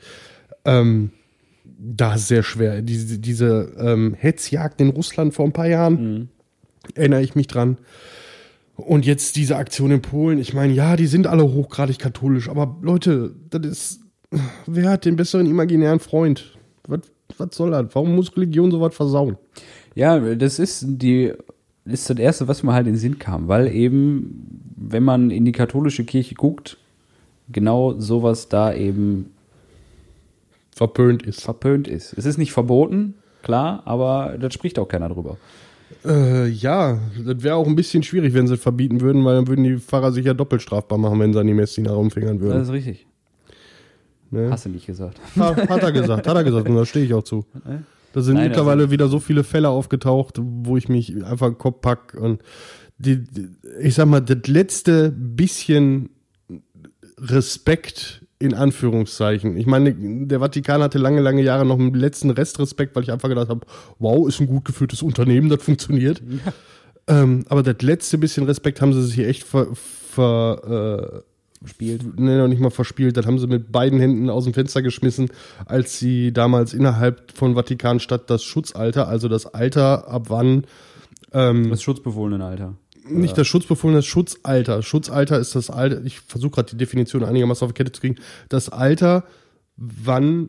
da ist sehr schwer. Diese Hetzjagd in Russland vor ein paar Jahren, erinnere ich mich dran. Und jetzt diese Aktion in Polen, ich meine, ja, die sind alle hochgradig katholisch, aber Leute, wer hat den besseren imaginären Freund? Was soll das? Warum muss Religion sowas versauen? Ja, das ist das Erste, was mir halt in den Sinn kam, weil eben, wenn man in die katholische Kirche guckt, genau sowas da eben verpönt ist. Es ist nicht verboten, klar, aber da spricht auch keiner drüber. Ja, das wäre auch ein bisschen schwierig, wenn sie es verbieten würden, weil dann würden die Pfarrer sich ja doppelt strafbar machen, wenn sie an die Messdiener rumfingern würden. Das ist richtig. Ne? Hast du nicht gesagt. Hat er gesagt und da stehe ich auch zu. Da sind mittlerweile wieder so viele Fälle aufgetaucht, wo ich mich einfach in den Kopf pack und ich sag mal, das letzte bisschen Respekt in Anführungszeichen. Ich meine, der Vatikan hatte lange, lange Jahre noch einen letzten Restrespekt, weil ich einfach gedacht habe, wow, ist ein gut geführtes Unternehmen, das funktioniert. Ja. Aber das letzte bisschen Respekt haben sie sich hier echt verspielt. Nee, noch nicht mal verspielt. Das haben sie mit beiden Händen aus dem Fenster geschmissen, als sie damals innerhalb von Vatikanstadt das Schutzalter, also das Alter, ab wann das Schutzbefohlenenalter. Nicht das Schutzbefohlene, das Schutzalter. Schutzalter ist das Alter, ich versuche gerade die Definition einigermaßen auf die Kette zu kriegen, das Alter, wann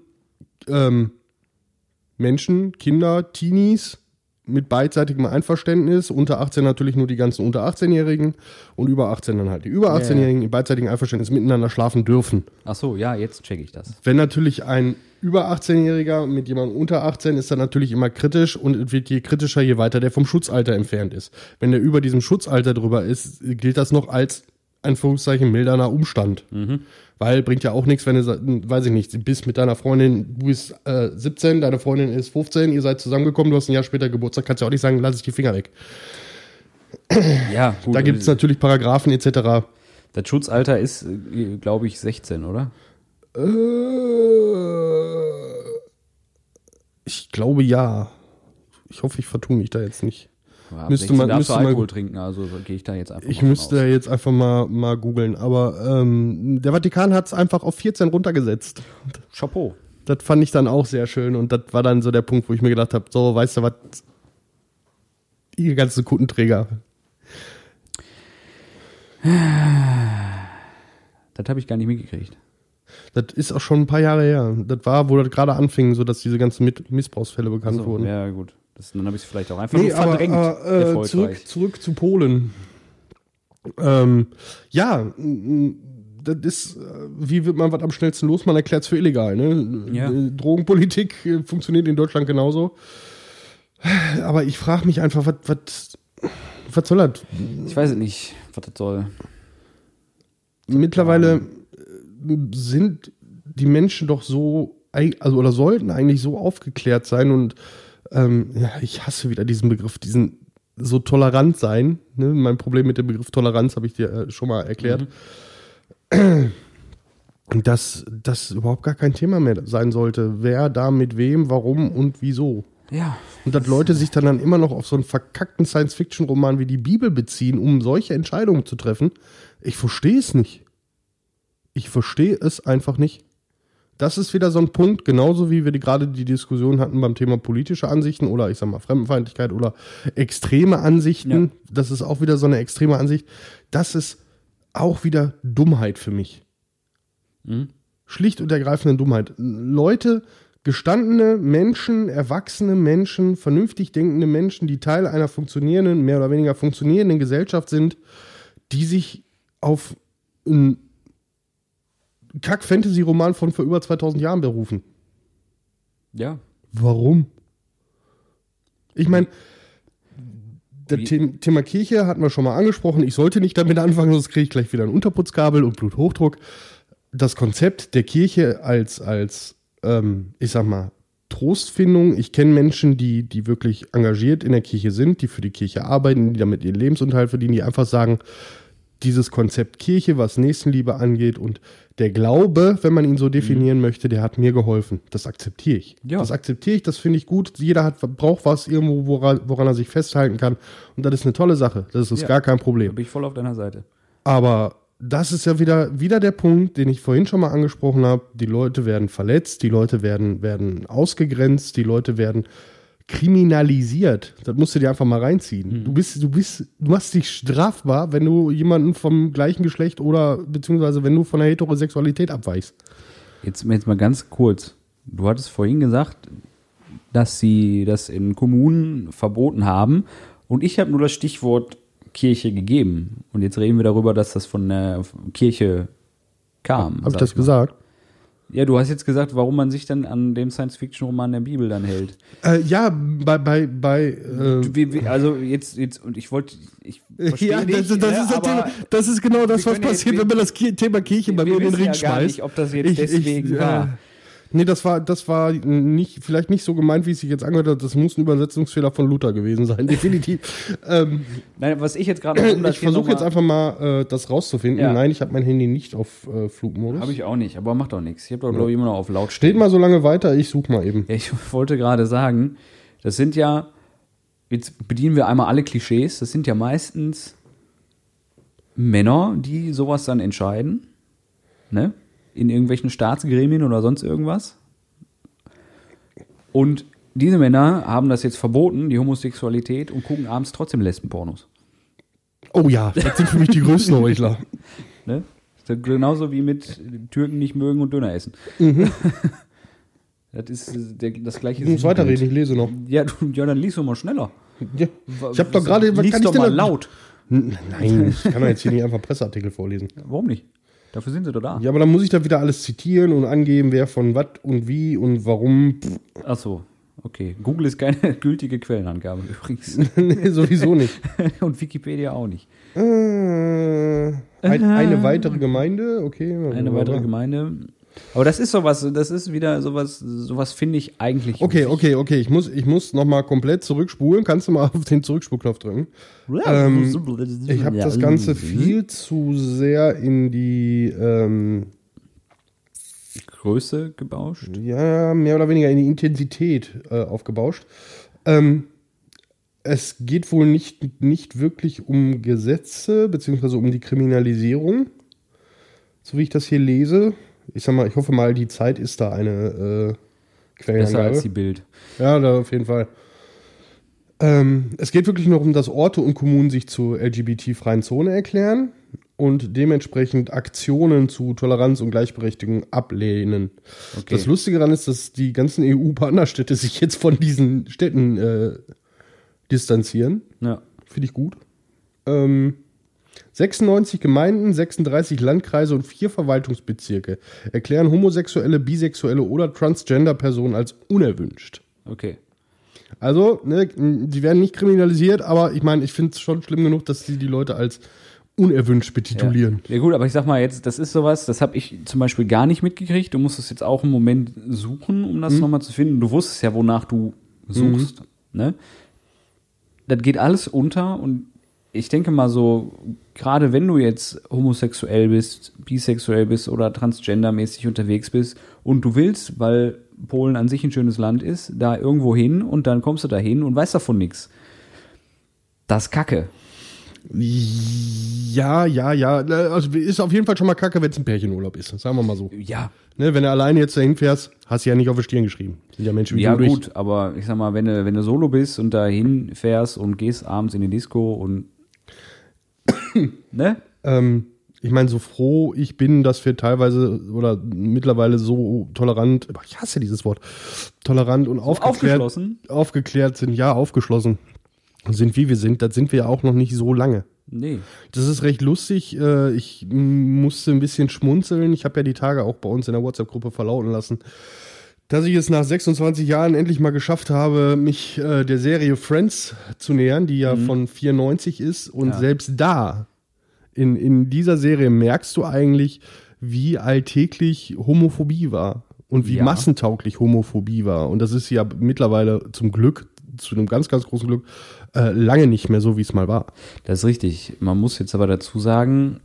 Menschen, Kinder, Teenies mit beidseitigem Einverständnis, unter 18 natürlich nur die ganzen unter 18-Jährigen und über 18 dann halt die über 18-Jährigen in beidseitigem Einverständnis miteinander schlafen dürfen. Ach so, ja, jetzt check ich das. Wenn natürlich ein über 18-Jähriger mit jemandem unter 18 ist dann natürlich immer kritisch und wird je kritischer, je weiter der vom Schutzalter entfernt ist. Wenn der über diesem Schutzalter drüber ist, gilt das noch als, Anführungszeichen, milderner Umstand. Weil bringt ja auch nichts, wenn du, weiß ich nicht, du bist mit deiner Freundin, du bist 17, deine Freundin ist 15, ihr seid zusammengekommen, du hast ein Jahr später Geburtstag, kannst du auch nicht sagen, lass ich die Finger weg. Ja, gut. Da gibt es natürlich Paragraphen etc. Das Schutzalter ist, glaube ich, 16, oder? Ich glaube ja. Ich hoffe, ich vertue mich da jetzt nicht. Ja, müsste man Alkohol trinken, also gehe ich da jetzt einfach Ich müsste da jetzt einfach mal googeln, aber der Vatikan hat es einfach auf 14 runtergesetzt. Chapeau. Das fand ich dann auch sehr schön und das war dann so der Punkt, wo ich mir gedacht habe, so, weißt du was, ihr ganzen Kundenträger. Das habe ich gar nicht mitgekriegt. Das ist auch schon ein paar Jahre her. Das war, wo das gerade anfing, so dass diese ganzen Missbrauchsfälle bekannt wurden. Ja, gut. Dann habe ich es vielleicht auch einfach nur verdrängt. Aber zurück zu Polen. Ja, das ist, wie wird man was am schnellsten los? Man erklärt es für illegal. Ne? Ja. Drogenpolitik funktioniert in Deutschland genauso. Aber ich frage mich einfach, was soll das? Ich weiß es nicht, was das soll. Mittlerweile sind die Menschen doch so, also oder sollten eigentlich so aufgeklärt sein und ja, ich hasse wieder diesen Begriff, diesen so tolerant sein. Ne? Mein Problem mit dem Begriff Toleranz habe ich dir schon mal erklärt. Dass das überhaupt gar kein Thema mehr sein sollte. Wer da mit wem, warum und wieso. Ja. Und dass Leute sich dann immer noch auf so einen verkackten Science-Fiction-Roman wie die Bibel beziehen, um solche Entscheidungen zu treffen. Ich verstehe es nicht. Ich verstehe es einfach nicht. Das ist wieder so ein Punkt, genauso wie wir gerade die Diskussion hatten beim Thema politische Ansichten oder ich sag mal Fremdenfeindlichkeit oder extreme Ansichten. Ja. Das ist auch wieder so eine extreme Ansicht. Das ist auch wieder Dummheit für mich. Schlicht und ergreifende Dummheit. Leute, gestandene Menschen, erwachsene Menschen, vernünftig denkende Menschen, die Teil einer funktionierenden, mehr oder weniger funktionierenden Gesellschaft sind, die sich auf einen Kack-Fantasy-Roman von vor über 2000 Jahren berufen. Ja. Warum? Ich meine, das Thema Kirche hatten wir schon mal angesprochen. Ich sollte nicht damit anfangen, sonst kriege ich gleich wieder ein Unterputzkabel und Bluthochdruck. Das Konzept der Kirche als ich sag mal, Trostfindung. Ich kenne Menschen, die wirklich engagiert in der Kirche sind, die für die Kirche arbeiten, die damit ihren Lebensunterhalt verdienen, die einfach sagen, dieses Konzept Kirche, was Nächstenliebe angeht und der Glaube, wenn man ihn so definieren möchte, der hat mir geholfen. Das akzeptiere ich. Ja. Das akzeptiere ich, das finde ich gut. Jeder braucht was irgendwo, woran er sich festhalten kann. Und das ist eine tolle Sache. Das ist gar kein Problem. Da bin ich voll auf deiner Seite. Aber das ist ja wieder der Punkt, den ich vorhin schon mal angesprochen habe. Die Leute werden verletzt, die Leute werden ausgegrenzt, die Leute werden kriminalisiert. Das musst du dir einfach mal reinziehen. Du machst dich strafbar, wenn du jemanden vom gleichen Geschlecht oder beziehungsweise wenn du von der Heterosexualität abweichst. Jetzt mal ganz kurz. Du hattest vorhin gesagt, dass sie das in Kommunen verboten haben und ich habe nur das Stichwort Kirche gegeben. Und jetzt reden wir darüber, dass das von der Kirche kam. Habe ich das gesagt? Ja, du hast jetzt gesagt, warum man sich dann an dem Science-Fiction-Roman der Bibel dann hält. Also jetzt und ich verstehe ja, das ist genau das, was passiert, wenn man das Thema Kirche bei mir in den Ring schmeißt. Ich weiß gar nicht, ob das jetzt deswegen war. Nee, das war vielleicht nicht so gemeint, wie es sich jetzt angehört hat. Das muss ein Übersetzungsfehler von Luther gewesen sein, definitiv. Nein, was ich jetzt gerade ich versuche jetzt einfach mal, das rauszufinden. Ja. Nein, ich habe mein Handy nicht auf Flugmodus. Habe ich auch nicht, aber macht auch nichts. Ich habe doch, glaube ich, immer noch auf laut stehen. Steht mal so lange weiter, ich suche mal eben. Ja, ich wollte gerade sagen, das sind ja, jetzt bedienen wir einmal alle Klischees, das sind ja meistens Männer, die sowas dann entscheiden, ne? In irgendwelchen Staatsgremien oder sonst irgendwas. Und diese Männer haben das jetzt verboten, die Homosexualität, und gucken abends trotzdem Lesbenpornos. Oh ja, das sind für mich die größten Heuchler. Ne? Genauso wie mit Türken nicht mögen und Döner essen. Das ist das gleiche. Du musst weiterreden, ich lese noch. Ja, dann liest du mal schneller. Ja, ich habe doch gerade... Lies doch mal laut. Nein, ich kann doch jetzt hier nicht einfach Presseartikel vorlesen. Warum nicht? Dafür sind sie doch da. Ja, aber dann muss ich da wieder alles zitieren und angeben, wer von was und wie und warum. Ach so, okay. Google ist keine gültige Quellenangabe übrigens. Nee, sowieso nicht. Und Wikipedia auch nicht. Eine weitere Gemeinde, okay. Eine weitere Gemeinde. Aber das ist sowas, das ist wieder sowas finde ich eigentlich. Okay. Ich muss nochmal komplett zurückspulen. Kannst du mal auf den Zurückspulknopf drücken? Ich habe das Ganze viel zu sehr in die Größe gebauscht? Ja, mehr oder weniger in die Intensität aufgebauscht. Es geht wohl nicht wirklich um Gesetze, beziehungsweise um die Kriminalisierung, so wie ich das hier lese. Ich sag mal, ich hoffe mal, die Zeit ist da eine Quellenangabe. Besser als die Bild. Ja, da auf jeden Fall. Es geht wirklich nur um, dass Orte und Kommunen sich zur LGBT-freien Zone erklären und dementsprechend Aktionen zu Toleranz und Gleichberechtigung ablehnen. Okay. Das Lustige daran ist, dass die ganzen EU-Partnerstädte sich jetzt von diesen Städten distanzieren. Ja. Finde ich gut. 96 Gemeinden, 36 Landkreise und 4 Verwaltungsbezirke erklären homosexuelle, bisexuelle oder Transgender-Personen als unerwünscht. Okay. Also, ne, die werden nicht kriminalisiert, aber ich meine, ich finde es schon schlimm genug, dass sie die Leute als unerwünscht betitulieren. Ja gut, aber ich sag mal jetzt, das ist sowas, das habe ich zum Beispiel gar nicht mitgekriegt. Du musst es jetzt auch einen Moment suchen, um das nochmal zu finden. Du wusstest ja, wonach du suchst. Ne? Das geht alles unter und ich denke mal so, gerade wenn du jetzt homosexuell bist, bisexuell bist oder transgendermäßig unterwegs bist und du willst, weil Polen an sich ein schönes Land ist, da irgendwo hin und dann kommst du da hin und weißt davon nichts. Das ist Kacke. Ja. Also ist auf jeden Fall schon mal kacke, wenn es ein Pärchenurlaub ist. Sagen wir mal so. Ja. Ne, wenn du alleine jetzt dahin fährst, hast du ja nicht auf die Stirn geschrieben. Sind ja Menschen wie Ja du gut, aber ich sag mal, wenn du solo bist und dahin fährst und gehst abends in die Disco und ne? Ich meine, so froh ich bin, dass wir teilweise oder mittlerweile so tolerant, ich hasse dieses Wort, tolerant und aufgeklärt sind, ja, aufgeschlossen sind, wie wir sind, das sind wir ja auch noch nicht so lange. Nee. Das ist recht lustig. Ich musste ein bisschen schmunzeln. Ich habe ja die Tage auch bei uns in der WhatsApp-Gruppe verlauten lassen, dass ich es nach 26 Jahren endlich mal geschafft habe, mich der Serie Friends zu nähern, die ja von 94 ist. Und selbst da, in dieser Serie, merkst du eigentlich, wie alltäglich Homophobie war und wie massentauglich Homophobie war. Und das ist ja mittlerweile zum Glück, zu einem ganz, ganz großen Glück, lange nicht mehr so, wie es mal war. Das ist richtig. Man muss jetzt aber dazu sagen,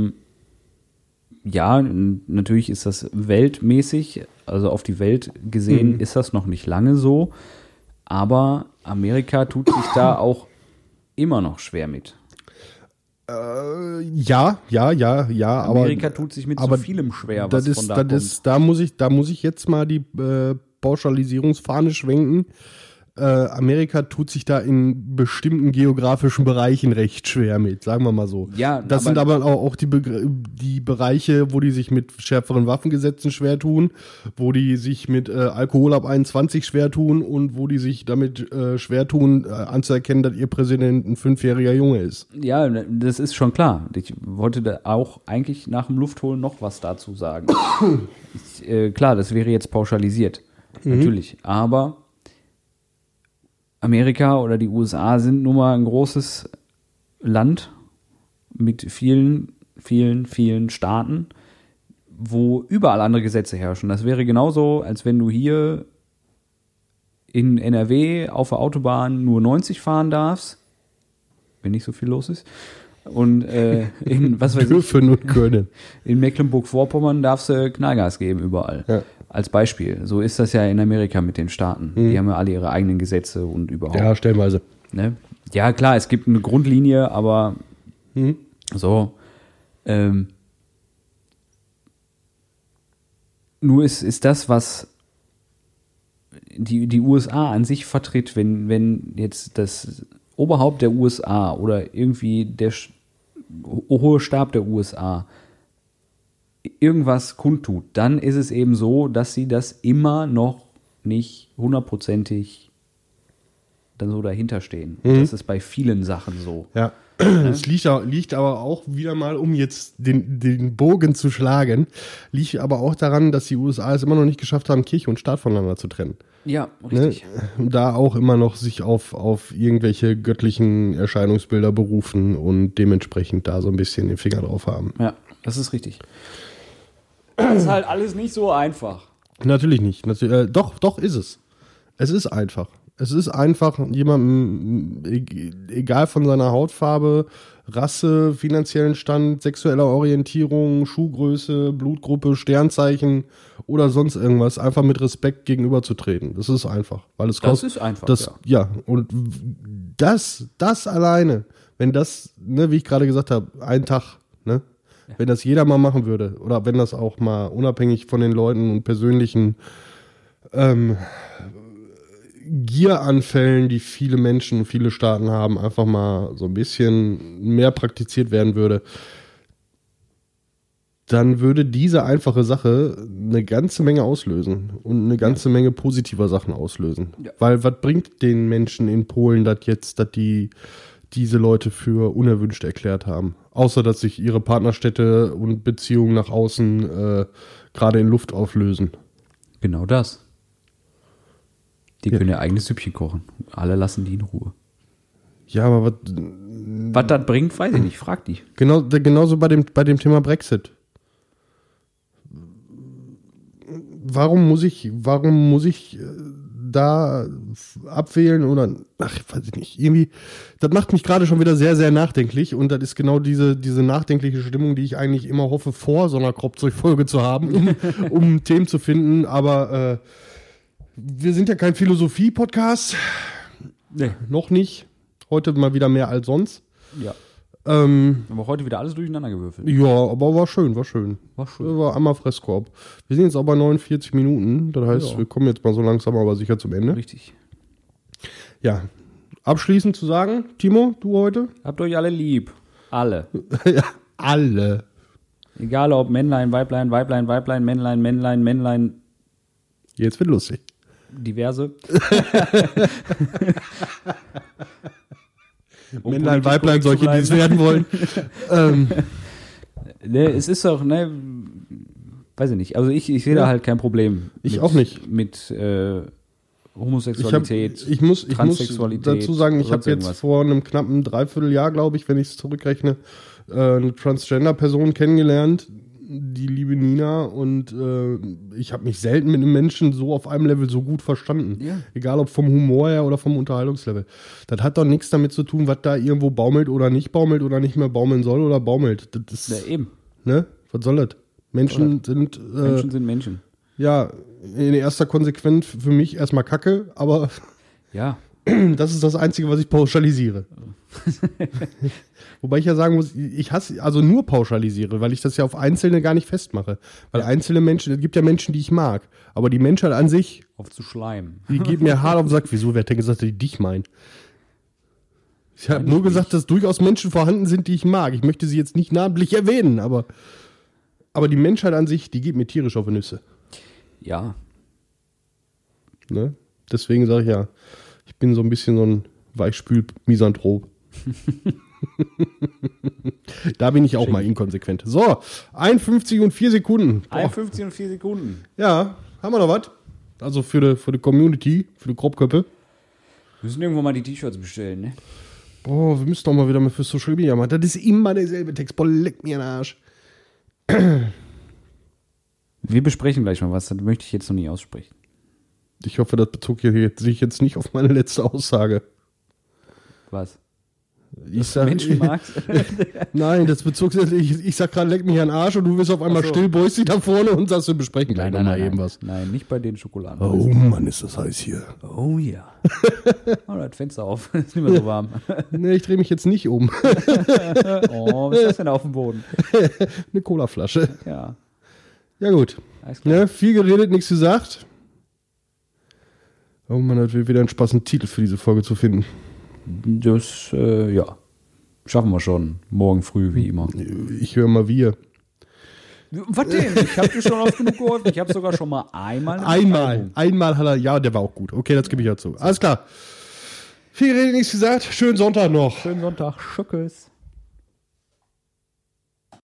ja, natürlich ist das weltmäßig, also auf die Welt gesehen ist das noch nicht lange so, aber Amerika tut sich da auch immer noch schwer mit. Ja, aber Amerika tut sich mit so vielem schwer, was von da kommt. Da muss ich jetzt mal die Pauschalisierungsfahne schwenken. Amerika tut sich da in bestimmten geografischen Bereichen recht schwer mit, sagen wir mal so. Ja, das sind aber auch die Bereiche, wo die sich mit schärferen Waffengesetzen schwer tun, wo die sich mit Alkohol ab 21 schwer tun und wo die sich damit schwer tun, anzuerkennen, dass ihr Präsident ein 5-jähriger Junge ist. Ja, das ist schon klar. Ich wollte da auch eigentlich nach dem Luftholen noch was dazu sagen. Klar, das wäre jetzt pauschalisiert. Natürlich. Aber Amerika oder die USA sind nun mal ein großes Land mit vielen, vielen, vielen Staaten, wo überall andere Gesetze herrschen. Das wäre genauso, als wenn du hier in NRW auf der Autobahn nur 90 fahren darfst, wenn nicht so viel los ist. Und in, was weiß ich, und können. In Mecklenburg-Vorpommern darfst du Knallgas geben überall. Ja. Als Beispiel. So ist das ja in Amerika mit den Staaten. Die haben ja alle ihre eigenen Gesetze und überhaupt. Ja, stellenweise. Ne? Ja, klar, es gibt eine Grundlinie, aber so. Nur ist das, was die USA an sich vertritt, wenn jetzt das Oberhaupt der USA oder irgendwie der hohe Stab der USA irgendwas kundtut, dann ist es eben so, dass sie das immer noch nicht 100%ig dann so dahinter stehen. Das ist bei vielen Sachen so. Ja. Es liegt aber auch wieder mal, um jetzt den Bogen zu schlagen, liegt aber auch daran, dass die USA es immer noch nicht geschafft haben, Kirche und Staat voneinander zu trennen. Ja, richtig. Ne? Da auch immer noch sich auf irgendwelche göttlichen Erscheinungsbilder berufen und dementsprechend da so ein bisschen den Finger drauf haben. Ja, das ist richtig. Das ist halt alles nicht so einfach. Natürlich nicht. Doch ist es. Es ist einfach. Es ist einfach, jemandem, egal von seiner Hautfarbe, Rasse, finanziellen Stand, sexueller Orientierung, Schuhgröße, Blutgruppe, Sternzeichen oder sonst irgendwas, einfach mit Respekt gegenüberzutreten. Das ist einfach. Weil es kostet, ist einfach, ja. Und das alleine, wenn das, ne, wie ich gerade gesagt habe, ein Tag, ne? Ja. Wenn das jeder mal machen würde, oder wenn das auch mal unabhängig von den Leuten und persönlichen Gieranfällen, die viele Menschen und viele Staaten haben, einfach mal so ein bisschen mehr praktiziert werden würde, dann würde diese einfache Sache eine ganze Menge auslösen und eine ganze Menge positiver Sachen auslösen. Ja. Weil was bringt den Menschen in Polen das jetzt, dass die diese Leute für unerwünscht erklärt haben? Außer, dass sich ihre Partnerstädte und Beziehungen nach außen gerade in Luft auflösen. Genau das. Die können ihr eigenes Süppchen kochen. Alle lassen die in Ruhe. Ja, aber was das bringt, weiß ich nicht. Frag die. Genauso bei dem Thema Brexit. Warum muss ich da abwählen oder, weiß ich nicht, irgendwie, das macht mich gerade schon wieder sehr, sehr nachdenklich und das ist genau diese nachdenkliche Stimmung, die ich eigentlich immer hoffe, vor so einer Kropfzeug-Folge zu haben, um Themen zu finden, aber wir sind ja kein Philosophie-Podcast. Nee. Noch nicht. Heute mal wieder mehr als sonst. Ja. Aber heute wieder alles durcheinander gewürfelt. Ja, aber war schön. War schön. War einmal Fresskorb. Wir sind jetzt aber 49 Minuten. Das heißt, wir kommen jetzt mal so langsam aber sicher zum Ende. Richtig. Ja. Abschließend zu sagen, Timo, du heute? Habt euch alle lieb. Alle. Ja, alle. Egal ob Männlein, Weiblein, Weiblein, Weiblein, Männlein, Männlein, Männlein. Jetzt wird lustig. Diverse. Männlein, Weiblein, solche, die es werden wollen. Ne, es ist doch, ne, weiß ich nicht. Also ich sehe da halt kein Problem. Ich auch nicht. Mit Homosexualität, Ich muss Transsexualität. dazu sagen, ich oder habe sonst jetzt irgendwas. vor einem knappen Dreivierteljahr, glaube ich, wenn ich es zurückrechne, eine Transgender-Person kennengelernt, die liebe Nina, und ich habe mich selten mit einem Menschen so auf einem Level so gut verstanden. Ja. Egal ob vom Humor her oder vom Unterhaltungslevel. Das hat doch nichts damit zu tun, was da irgendwo baumelt oder nicht mehr baumeln soll oder baumelt. Das ist, Ja, eben. ne? Was soll das? Menschen sind Menschen. ja in erster Konsequenz für mich erstmal Kacke, aber Ja. das ist das Einzige, was ich pauschalisiere. Wobei ich ja sagen muss, ich hasse, also nur pauschalisiere, weil ich das ja auf Einzelne gar nicht festmache. Weil einzelne Menschen, es gibt ja Menschen, die ich mag, aber die Menschheit an sich, Auf zu schleimen. die geht mir hart auf den Sack. Wieso? Wer hat denn gesagt, dass ich dich meine? Ich habe nur gesagt, dass durchaus Menschen vorhanden sind, die ich mag. Ich möchte sie jetzt nicht namentlich erwähnen, aber die Menschheit an sich, die geht mir tierisch auf die Nüsse. Ja. Ne? Deswegen sage ich ja, ich bin so ein bisschen so ein Weichspül-Misanthrop. Da bin ich auch mal inkonsequent. So, 51 und 4 Sekunden. 51 und 4 Sekunden. Ja, haben wir noch was? Also für die Community, für die Grobköppe. Wir müssen irgendwo mal die T-Shirts bestellen, ne? Boah, wir müssen doch mal wieder mal für Social Media machen. Das ist immer derselbe Text. Boah, leck mir den Arsch. Wir besprechen gleich mal was, das möchte ich jetzt noch nie aussprechen. Ich hoffe, das bezog sich jetzt nicht auf meine letzte Aussage. Was? Ich sag, Menschen magst? Nein, das bezog sich, ich sag gerade, leck mich an den Arsch und du wirst auf einmal Ach so. still, beugst dich da vorne und sagst, wir besprechen gleich nochmal eben was. Nein, nicht bei den Schokoladen. Oh Mann, ist das heiß hier. Oh ja. Oh, das Fenster auf. Ist nicht mehr so warm. Nee, ich drehe mich jetzt nicht um. Oh, was ist das denn auf dem Boden? Eine Colaflasche. Ja, Ja gut. alles klar. Ne, viel geredet, nichts gesagt. Oh Mann, das wird wieder ein Spaß, einen Titel für diese Folge zu finden. Das, ja. Schaffen wir schon. Morgen früh, wie immer. Ich höre mal wir. Was denn? Ich habe dir schon oft genug geholfen. Ich habe sogar schon mal einmal eine Beschreibung. Einmal hat er, ja, der war auch gut. Okay, das gebe ich ja zu. Alles klar. Viel geredet, nichts gesagt. Schönen Sonntag noch. Schönen Sonntag. Schöckes.